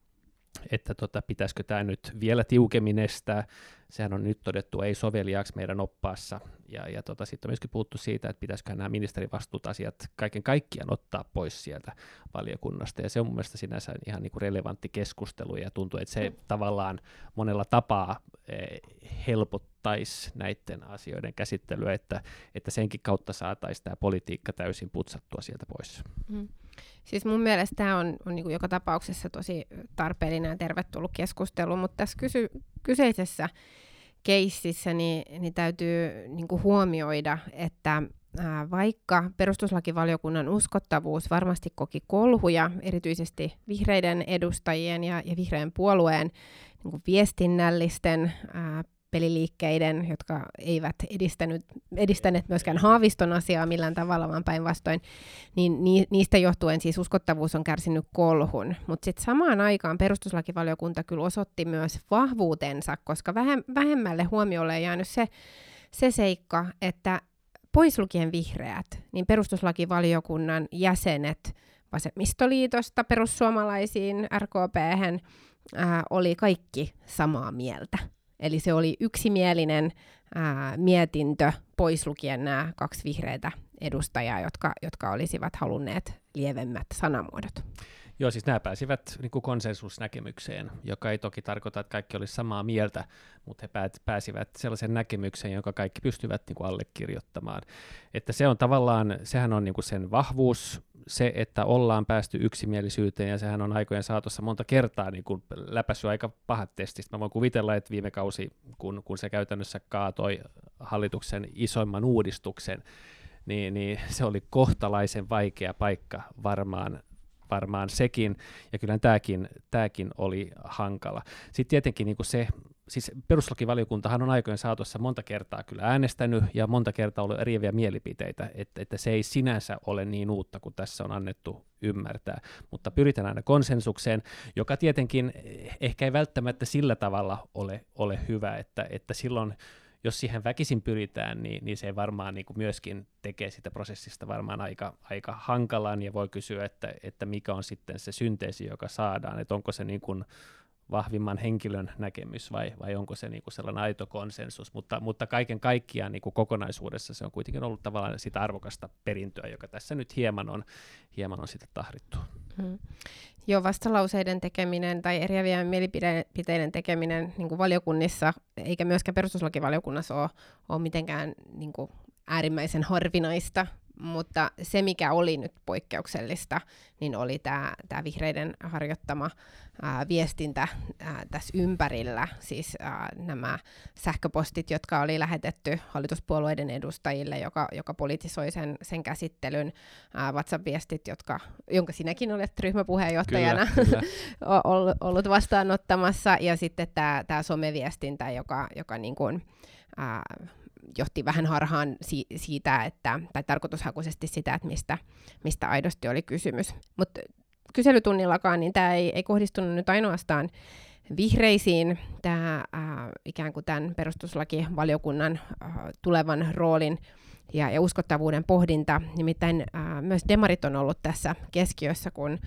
että tota, pitäisikö tämä nyt vielä tiukemmin estää. Sehän on nyt todettu ei soveliaaksi meidän oppaassa. Ja, ja tota, sitten on myöskin puhuttu siitä, että pitäisikö nämä ministerivastuut asiat kaiken kaikkiaan ottaa pois sieltä valiokunnasta. Ja se on mun mielestä sinänsä ihan niin kuin relevantti keskustelu, ja tuntuu, että se tavallaan monella tapaa eh, helpottaisi näiden asioiden käsittelyä, että, että senkin kautta saataisiin tämä politiikka täysin putsattua sieltä pois. Mm. Siis mun mielestä tämä on, on niin kuin joka tapauksessa tosi tarpeellinen ja tervetullut keskustelu, mutta tässä kysy, kyseisessä keississä niin, niin täytyy niin kuin huomioida, että ää, vaikka perustuslakivaliokunnan uskottavuus varmasti koki kolhuja, erityisesti vihreiden edustajien ja, ja vihreän puolueen niin kuin viestinnällisten ää, peliliikkeiden, jotka eivät edistänyt, edistäneet myöskään Haaviston asiaa millään tavalla, vaan päinvastoin, niin niistä johtuen siis uskottavuus on kärsinyt kolhun. Mutta sitten samaan aikaan perustuslakivaliokunta kyllä osoitti myös vahvuutensa, koska vähemmälle huomiolle on jäänyt se, se seikka, että pois lukien vihreät, niin perustuslakivaliokunnan jäsenet vasemmistoliitosta perussuomalaisiin R K P:hen ää, oli kaikki samaa mieltä. Eli se oli yksimielinen ää, mietintö, pois lukien nämä kaksi vihreitä edustajaa, jotka, jotka olisivat halunneet lievemmät sanamuodot. Joo, siis nämä pääsivät niin kuin konsensusnäkemykseen, joka ei toki tarkoita, että kaikki olisi samaa mieltä, mutta he päät, pääsivät sellaisen näkemykseen, jonka kaikki pystyvät niin kuin allekirjoittamaan. Että se on tavallaan, sehän on niin kuin sen vahvuus, se, että ollaan päästy yksimielisyyteen, ja sehän on aikojen saatossa monta kertaa niin kuin läpäissyt aika pahat testit. Mä voin kuvitella, että viime kausi, kun, kun se käytännössä kaatoi hallituksen isoimman uudistuksen, niin, niin se oli kohtalaisen vaikea paikka varmaan, varmaan sekin, ja kyllä tämäkin, tämäkin oli hankala. Sitten tietenkin niin kuin se, siis perustuslakivaliokuntahan on aikojen saatossa monta kertaa kyllä äänestänyt, ja monta kertaa ollut eriäviä mielipiteitä, että, että se ei sinänsä ole niin uutta kuin tässä on annettu ymmärtää, mutta pyritään aina konsensukseen, joka tietenkin ehkä ei välttämättä sillä tavalla ole, ole hyvä, että, että silloin jos siihen väkisin pyritään, niin, niin se varmaan niin kuin myöskin tekee sitä prosessista varmaan aika, aika hankalan, ja voi kysyä, että, että mikä on sitten se synteesi, joka saadaan, että onko se niin kuin vahvimman henkilön näkemys vai, vai onko se niin kuin sellainen aito konsensus, mutta, mutta kaiken kaikkiaan niin kuin kokonaisuudessa se on kuitenkin ollut tavallaan sitä arvokasta perintöä, joka tässä nyt hieman on, hieman on sitä tahdittu. Hmm. Joo, vastalauseiden tekeminen tai eriävien mielipiteiden tekeminen niin kuin valiokunnissa, eikä myöskään perustuslakivaliokunnassa ole, ole mitenkään niin kuin äärimmäisen harvinaista, mutta se, mikä oli nyt poikkeuksellista, niin oli tämä, tämä vihreiden harjoittama ää, viestintä ää, tässä ympärillä, siis ää, nämä sähköpostit, jotka oli lähetetty hallituspuolueiden edustajille, joka, joka politisoi sen, sen käsittelyn, ää, WhatsApp-viestit, jotka, jonka sinäkin olet ryhmäpuheenjohtajana kyllä, kyllä. ollut vastaanottamassa, ja sitten tämä, tämä someviestintä, joka, joka niin kuin, ää, johti vähän harhaan si- siitä, että, tai tarkoitushakuisesti sitä, että mistä, mistä aidosti oli kysymys. Mutta kyselytunnillakaan niin tämä ei, ei kohdistunut nyt ainoastaan vihreisiin, tämä äh, ikään kuin tämän perustuslakivaliokunnan äh, tulevan roolin ja, ja uskottavuuden pohdinta. Nimittäin äh, myös demarit on ollut tässä keskiössä, kun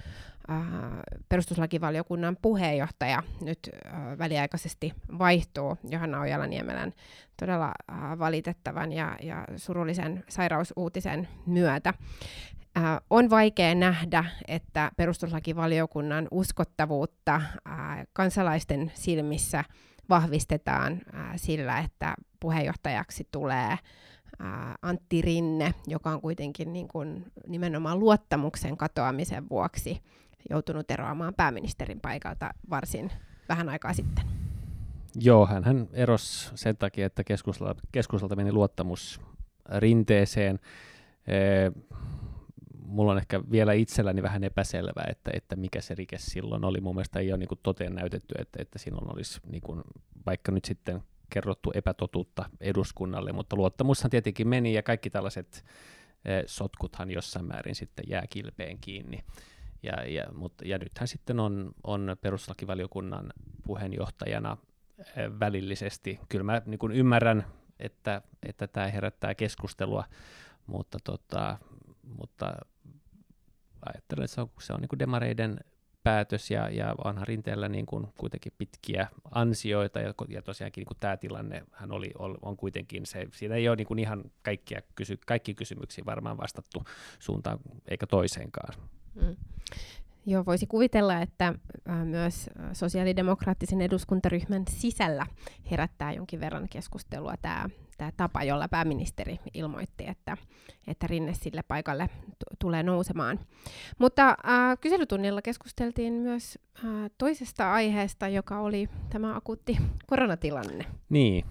perustuslakivaliokunnan puheenjohtaja nyt äh, väliaikaisesti vaihtuu Johanna Ojala-Niemelän todella äh, valitettavan ja, ja surullisen sairausuutisen myötä. Äh, on vaikea nähdä, että perustuslakivaliokunnan uskottavuutta äh, kansalaisten silmissä vahvistetaan äh, sillä, että puheenjohtajaksi tulee äh, Antti Rinne, joka on kuitenkin niin kuin nimenomaan luottamuksen katoamisen vuoksi joutunut eroamaan pääministerin paikalta varsin vähän aikaa sitten. Joo, hän erosi sen takia, että keskustalta, keskustalta meni luottamus Rinteeseen. E, mulla on ehkä vielä itselläni vähän epäselvää, että, että mikä se rike silloin oli. Mun mielestä ei ole niin kuin toteen näytetty, että, että silloin olisi niin kuin, vaikka nyt sitten kerrottu epätotuutta eduskunnalle, mutta luottamushan tietenkin meni, ja kaikki tällaiset e, sotkuthan jossain määrin sitten jää kilpeen kiinni. Ja, ja, mutta, ja nythän sitten on, on perustuslakivaliokunnan puheenjohtajana äh, välillisesti. Kyllä mä niin kuin ymmärrän, että, että tämä herättää keskustelua, mutta, tota, mutta ajattelen, että se on, se on niin kuin demareiden päätös, ja, ja onhan Rinteellä niin kuin kuitenkin pitkiä ansioita, ja, ja tosiaankin niin kuin tämä tilanne hän oli, on kuitenkin se, siinä ei ole niin kuin ihan kaikkia kysy, kaikki kysymyksiä varmaan vastattu suuntaan eikä toiseenkaan. Mm. Joo, voisi kuvitella, että äh, myös sosiaalidemokraattisen eduskuntaryhmän sisällä herättää jonkin verran keskustelua tämä, tämä tapa, jolla pääministeri ilmoitti, että, että Rinne sille paikalle t- tulee nousemaan. Mutta äh, kyselytunnilla keskusteltiin myös äh, toisesta aiheesta, joka oli tämä akuutti koronatilanne. Niin.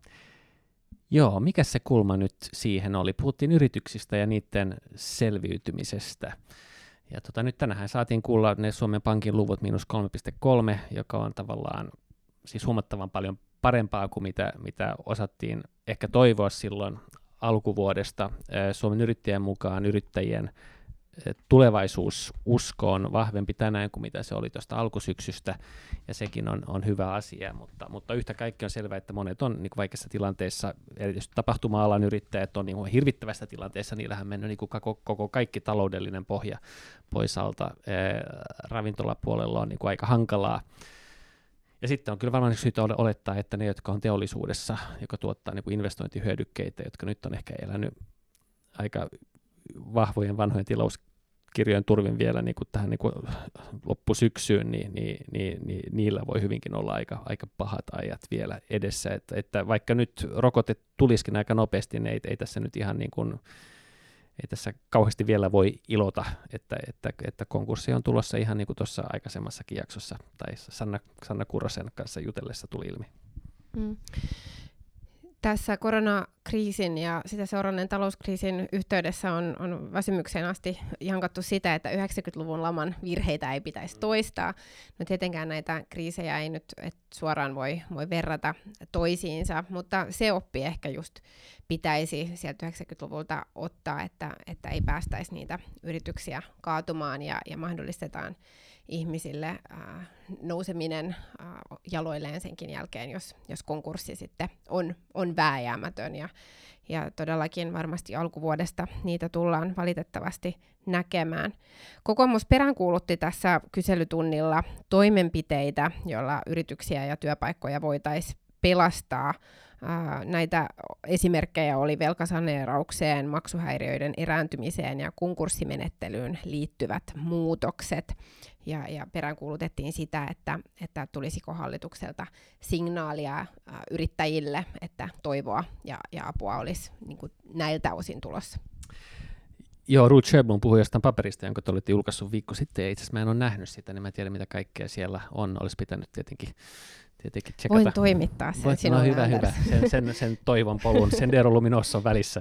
Joo, mikä se kulma nyt siihen oli? Puhuttiin yrityksistä ja niiden selviytymisestä. Ja tota, nyt tänään saatiin kuulla ne Suomen Pankin luvut miinus kolme pilkku kolme, joka on tavallaan siis huomattavan paljon parempaa kuin mitä, mitä osattiin ehkä toivoa silloin alkuvuodesta. Suomen yrittäjien mukaan yrittäjien tulevaisuususko on vahvempi tänään kuin mitä se oli tuosta alkusyksystä, ja sekin on, on hyvä asia, mutta, mutta yhtä kaikki on selvää, että monet on niin vaikeassa tilanteessa, erityisesti tapahtuma-alan yrittäjät on niin hirvittävässä tilanteessa, niillähän on mennyt niin koko, koko kaikki taloudellinen pohja pois alta, ravintolapuolella on niin aika hankalaa. Ja sitten on kyllä varmaan syytä olettaa, että ne, jotka on teollisuudessa, joka tuottaa niin investointihyödykkeitä, jotka nyt on ehkä elänyt aika vahvojen vanhojen tilauskirjojen turvin vielä niin kuin tähän niin kuin loppusyksyyn, niin, niin, niin, niin niillä voi hyvinkin olla aika, aika pahat ajat vielä edessä. Että, että vaikka nyt rokote tulisikin aika nopeasti, niin ei, ei tässä nyt ihan niin kuin, ei tässä kauheasti vielä voi ilota, että, että, että konkurssi on tulossa ihan niin kuin tuossa aikaisemmassakin jaksossa, tai Sanna, Sanna Kurrosen kanssa jutellessa tuli ilmi. Mm. Tässä koronakriisin ja sitä seuranneen talouskriisin yhteydessä on, on väsymykseen asti jankattu sitä, että yhdeksänkymmentäluvun laman virheitä ei pitäisi toistaa. No tietenkään näitä kriisejä ei nyt et suoraan voi, voi verrata toisiinsa, mutta se oppi ehkä just pitäisi sieltä yhdeksänkymmentäluvulta ottaa, että, että ei päästäisi niitä yrityksiä kaatumaan ja, ja mahdollistetaan ihmisille äh, nouseminen äh, jaloilleen senkin jälkeen, jos, jos konkurssi sitten on, on vääjäämätön. Ja, ja todellakin varmasti alkuvuodesta niitä tullaan valitettavasti näkemään. Kokoomus peräänkuulutti tässä kyselytunnilla toimenpiteitä, joilla yrityksiä ja työpaikkoja voitaisiin pelastaa. Uh, näitä esimerkkejä oli velkasaneeraukseen, maksuhäiriöiden erääntymiseen ja konkurssimenettelyyn liittyvät muutokset. Ja, ja peräänkuulutettiin sitä, että, että tulisiko hallitukselta signaalia uh, yrittäjille, että toivoa ja, ja apua olisi niin kuin näiltä osin tulossa. Joo, Ruud Sjöblom puhui jostain paperista, jonka te olitte julkaissut viikko sitten, ja itse asiassa mä en ole nähnyt sitä, niin mä en tiedä, mitä kaikkea siellä on. Olisi pitänyt tietenkin, tietenkin tsekata. Voin toimittaa sen Voit, sinulle. No hyvä, hyvä. Sen, sen, sen toivon polun, sen Deroluminossa on välissä.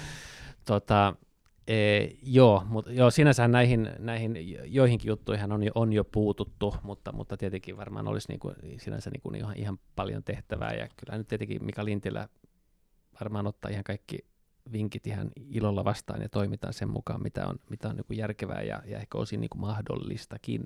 Tota, e, joo, mutta joo, sinänsä näihin, näihin joihinkin juttuihin on jo, on jo puututtu, mutta, mutta tietenkin varmaan olisi niinku, sinänsä niinku ihan, ihan paljon tehtävää, ja kyllä nyt tietenkin Mika Lintilä varmaan ottaa ihan kaikki vinkit ihan ilolla vastaan ja toimitaan sen mukaan, mitä on, mitä on niin kuin järkevää ja, ja ehkä osin niin kuin mahdollistakin.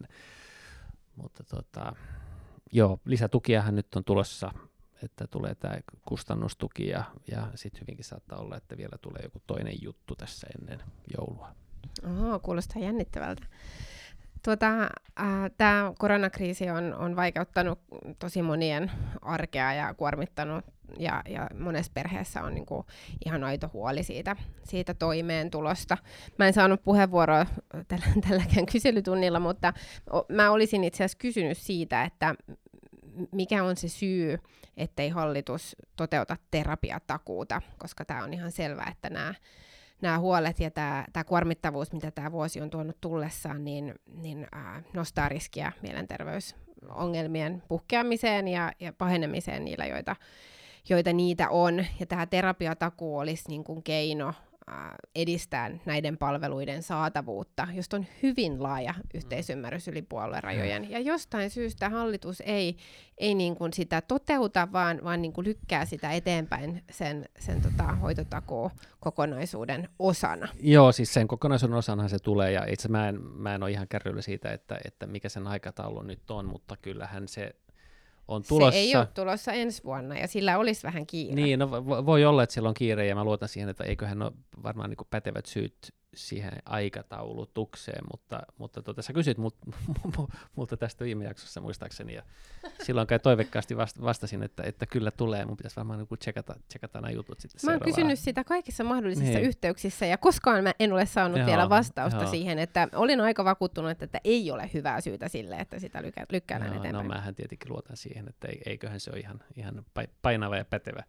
Mutta tota, joo, lisätukiahan nyt on tulossa, että tulee tämä kustannustuki ja, ja sitten hyvinkin saattaa olla, että vielä tulee joku toinen juttu tässä ennen joulua. Oho, kuulostaa jännittävältä. Tuota, äh, tämä koronakriisi on, on vaikeuttanut tosi monien arkea ja kuormittanut, ja, ja monessa perheessä on niinku ihan aito huoli siitä, siitä toimeentulosta. Mä en saanut puheenvuoroa tällä, tälläkään kyselytunnilla, mutta mä olisin itse asiassa kysynyt siitä, että mikä on se syy, ettei hallitus toteuta terapiatakuuta, koska tämä on ihan selvää, että nämä nämä huolet ja tämä, tämä kuormittavuus, mitä tämä vuosi on tuonut tullessaan, niin, niin äh, nostaa riskiä mielenterveysongelmien puhkeamiseen ja, ja pahenemiseen niillä, joita, joita niitä on. Ja tämä terapiatakuu olisi niin kuin keino äh, edistää näiden palveluiden saatavuutta, josta on hyvin laaja yhteisymmärrys yli puoluerajojen. Ja jostain syystä hallitus ei, ei niin kuin sitä toteuta, vaan, vaan niin kuin lykkää sitä eteenpäin sen, sen tota, hoitotakuu kokonaisuuden osana. Joo, siis sen kokonaisuuden osanahan se tulee, ja itse mä en, mä en ole ihan kärryillä siitä, että, että mikä sen aikataulu nyt on, mutta kyllähän se on tulossa. Se ei ole tulossa ensi vuonna, ja sillä olisi vähän kiire. Niin, no voi olla, että sillä on kiire, ja mä luotan siihen, että eiköhän ole varmaan niin kuin pätevät syyt siihen aikataulutukseen, mutta, mutta tuota, sä kysyt mut, multa tästä viime jaksossa muistaakseni, ja silloin kai toivekkaasti vastasin, että, että kyllä tulee, mun pitäisi varmaan niin tsekata, tsekata nämä jutut sitten Mä oon kysynyt sitä kaikissa mahdollisissa niin. yhteyksissä, ja koskaan mä en ole saanut joo, vielä vastausta joo. siihen, että olin aika vakuuttunut, että, että ei ole hyvää syytä sille, että sitä lykkää, lykkää no, eteenpäin. No mähän tietenkin luotan siihen, että eiköhän se ole ihan, ihan painava ja pätevä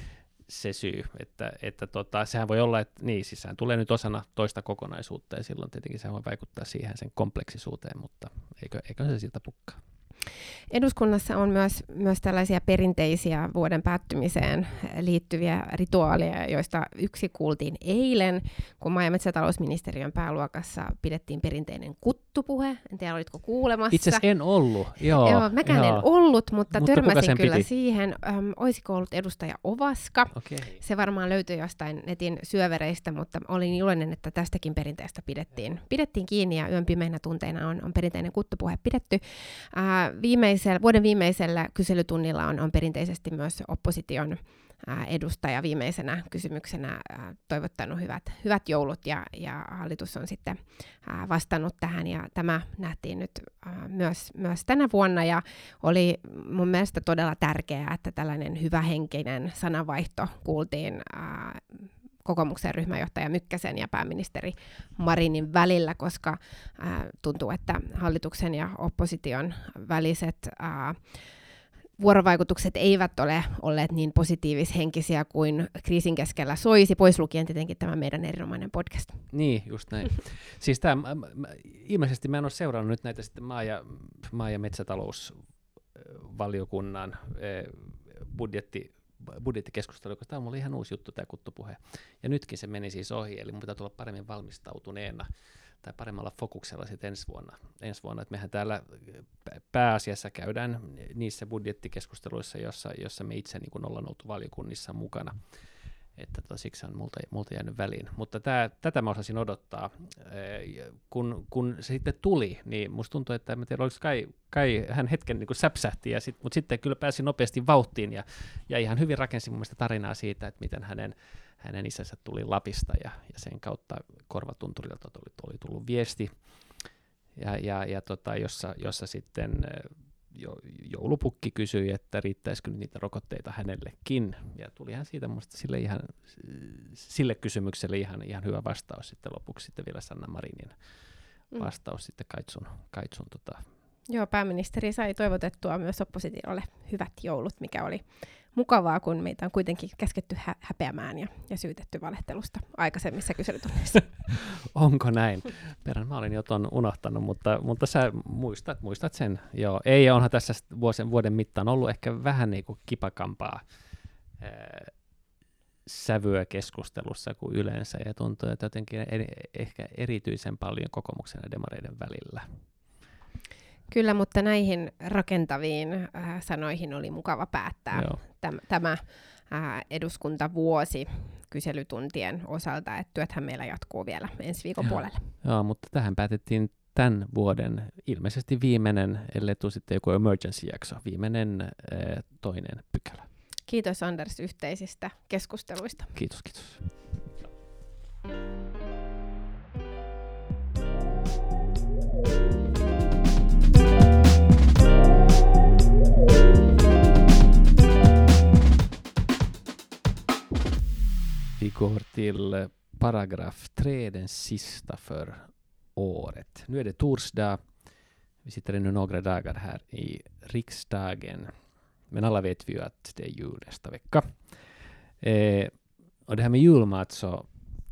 se syy, että, että tota, sehän voi olla, että niin, siis sehän tulee nyt osana toista kokonaisuutta, ja silloin tietenkin se voi vaikuttaa siihen sen kompleksisuuteen, mutta eikö, eikö se siltä pukkaa? Eduskunnassa on myös, myös tällaisia perinteisiä vuoden päättymiseen liittyviä rituaaleja, joista yksi kuultiin eilen, kun maa- ja metsätalousministeriön pääluokassa pidettiin perinteinen kuttupuhe. En tiedä, olitko kuulemassa? Itse asiassa en ollut, joo. joo mäkään joo. en ollut, mutta, mutta törmäsin kyllä piti? siihen. Öm, olisiko ollut edustaja Ovaska? Okay. Se varmaan löytyi jostain netin syövereistä, mutta olin iloinen, että tästäkin perinteestä pidettiin, pidettiin kiinni, ja yön pimeinä tunteina on, on perinteinen kuttupuhe pidetty. Äh, Viimeisellä, vuoden viimeisellä kyselytunnilla on, on perinteisesti myös opposition ää, edustaja viimeisenä kysymyksenä ää, toivottanut hyvät, hyvät joulut, ja, ja hallitus on sitten ää, vastannut tähän, ja tämä nähtiin nyt ää, myös, myös tänä vuonna, ja oli mun mielestä todella tärkeää, että tällainen hyvähenkinen sananvaihto kuultiin ää, kokoomuksen ryhmäjohtaja Mykkäsen ja pääministeri Marinin välillä, koska ää, tuntuu, että hallituksen ja opposition väliset ää, vuorovaikutukset eivät ole olleet niin positiivishenkisiä kuin kriisin keskellä soisi, pois lukien tietenkin tämä meidän erinomainen podcast. Niin, just näin. Siis tämä, ilmeisesti mä en ole seurannut nyt näitä sitten maa- ja, maa- ja metsätalousvaliokunnan eh, budjetti budjettikeskustelu, koska tämä oli ihan uusi juttu, tämä kuttupuhe. Ja nytkin se meni siis ohi, eli mun pitää tulla paremmin valmistautuneena tai paremmalla fokuksella sitten ensi vuonna. Ensi vuonna. Että mehän täällä pääasiassa käydään niissä budjettikeskusteluissa, jossa, jossa me itse niin kuin ollaan oltu valiokunnissa mukana. että to, siksi on multa, multa jäänyt väliin. Mutta tää, tätä mä osasin odottaa. Kun, kun se sitten tuli, niin musta tuntui, että en tiedä, oliko Kai, Kai hän hetken niin kuin säpsähti, ja sit, mutta sitten kyllä pääsi nopeasti vauhtiin, ja, ja ihan hyvin rakensi mun mielestä tarinaa siitä, että miten hänen, hänen isänsä tuli Lapista, ja, ja sen kautta Korvatunturilta oli, oli tullut viesti, ja, ja, ja tota, jossa, jossa sitten jo, joulupukki kysyi, että riittäisikö niitä rokotteita hänellekin, ja tulihan siitä musta sille, ihan, sille kysymykselle ihan, ihan hyvä vastaus sitten lopuksi sitten vielä Sanna Marinin vastaus mm. sitten Kaitsun, Kaitsun tota. Joo, pääministeri sai toivotettua myös oppositiolle hyvät joulut, mikä oli mukavaa, kun meitä on kuitenkin käsketty hä- häpeämään ja, ja syytetty valehtelusta aikaisemmissa kyselytunneissa. Onko näin? Perän mä olin jo ton unohtanut, mutta, mutta sä muistat, muistat sen. Joo, ei, onhan tässä vuosien, vuoden mittaan ollut ehkä vähän niin kuin kipakampaa ää, sävyä keskustelussa kuin yleensä, ja tuntuu, että jotenkin eri, ehkä erityisen paljon kokoomuksen ja demareiden välillä. Kyllä, mutta näihin rakentaviin äh, sanoihin oli mukava päättää Täm, tämä äh, eduskuntavuosi kyselytuntien osalta, että työthän meillä jatkuu vielä ensi viikon Joo. puolella. Joo, mutta tähän päätettiin tämän vuoden ilmeisesti viimeinen, ellei tule sitten joku emergency-jakso, viimeinen äh, toinen pykälä. Kiitos Anders yhteisistä keskusteluista. Kiitos, kiitos. Vi går till paragraf tre, den sista för året. Nu är det torsdag. Vi sitter ännu några dagar här i riksdagen. Men alla vet vi ju att det är jul nästa vecka. Eh, och det här med julmat, så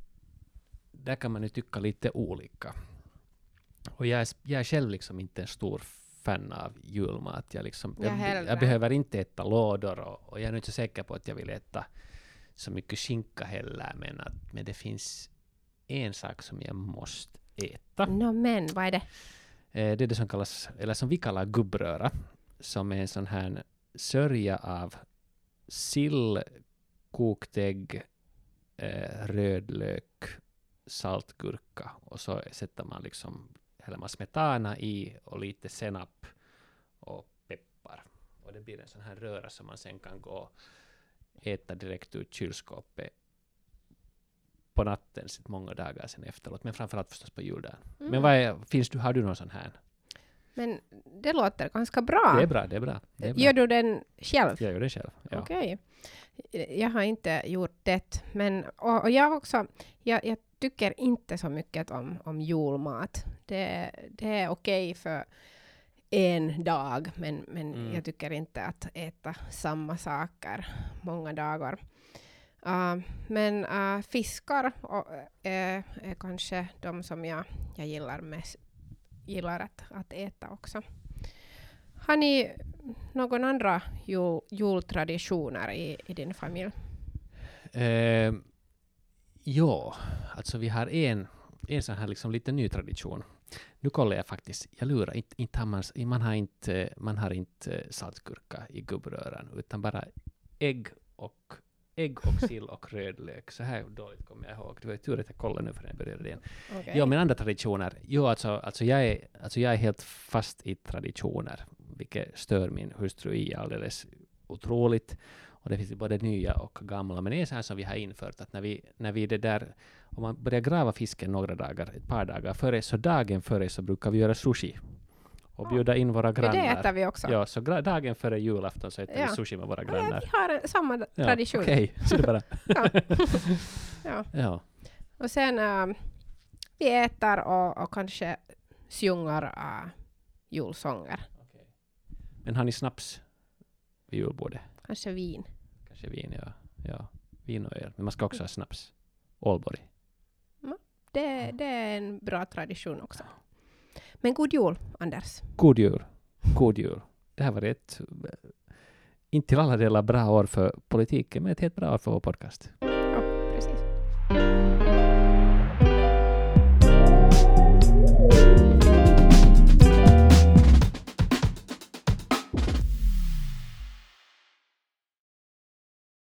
där kan man ju tycka lite olika. Och jag är, jag är själv liksom inte en stor fan av julmat. Jag, liksom, jag, jag, jag behöver inte äta lådor, och, och jag är inte så säker på att jag vill äta så mycket skinka heller, men, att, men det finns en sak som jag måste äta. No men, vad är det? Eh, det är det som kallas, eller som vi kallar gubbröra, som är en sån här sörja av sill, kokt ägg, eh, rödlök, saltgurka, och så sätter man liksom, häller man smetana i och lite senap och peppar. Och det blir en sån här röra som man sen kan gå äta direkt ur kylskåpet på natten sit många dagar sen efteråt, men framförallt förstås på juldagen. Mm. Men vad är, finns du, har du någon sån här? Men det låter ganska bra. Det är bra, det är bra. Det är bra. Gör du den själv? Jag gör det själv, ja. Okej. Okay. Jag har inte gjort det, men och, och jag också, jag, jag tycker inte så mycket om, om julmat. Det, det är okej okay för en dag, men, men mm. jag tycker inte att äta samma saker många dagar. Uh, men uh, fiskar och, är, är kanske de som jag, jag gillar mest, gillar att, att äta också. Har ni någon andra jul, jultraditioner i, i din familj? Eh, ja, alltså vi har en, en sån här liksom lite ny tradition. Nu kollar jag faktiskt, jag lurar, inte, inte har man, man, har inte, man har inte saltgurka i gubbröran, utan bara ägg och ägg och sill och rödlök. Så här dåligt kommer jag ihåg. Det var ju tur att jag kollade nu för jag började igen. Okay. Ja, men andra traditioner. Jo, alltså, alltså, jag är, alltså jag är helt fast i traditioner, vilket stör min hustru i alldeles otroligt. Och det finns både nya och gamla. Men det är så här som vi har infört, att när vi, när vi det där, om man börjar grava fisken några dagar, ett par dagar före, så dagen före så brukar vi göra sushi. Och bjuda in våra grannar. Det äter vi också. Ja, så gra- dagen före julafton så äter ja. vi sushi med våra grannar. Ja, vi har en, samma ja, tradition. Okej, okay. Så det bara. ja. ja. ja. Och sen uh, vi äter och, och kanske sjunger uh, julsånger. Okay. Men har ni snaps vid julbordet? Kanske vin. Kanske vin, ja. ja. Vin och öl. Men man ska också ha snaps. Ålborg. Ja, det, det är en bra tradition också. Men god jul, Anders. God jul. God jul. Det här var ett, inte till alla delar bra år för politiken, men ett helt bra år för vår podcast.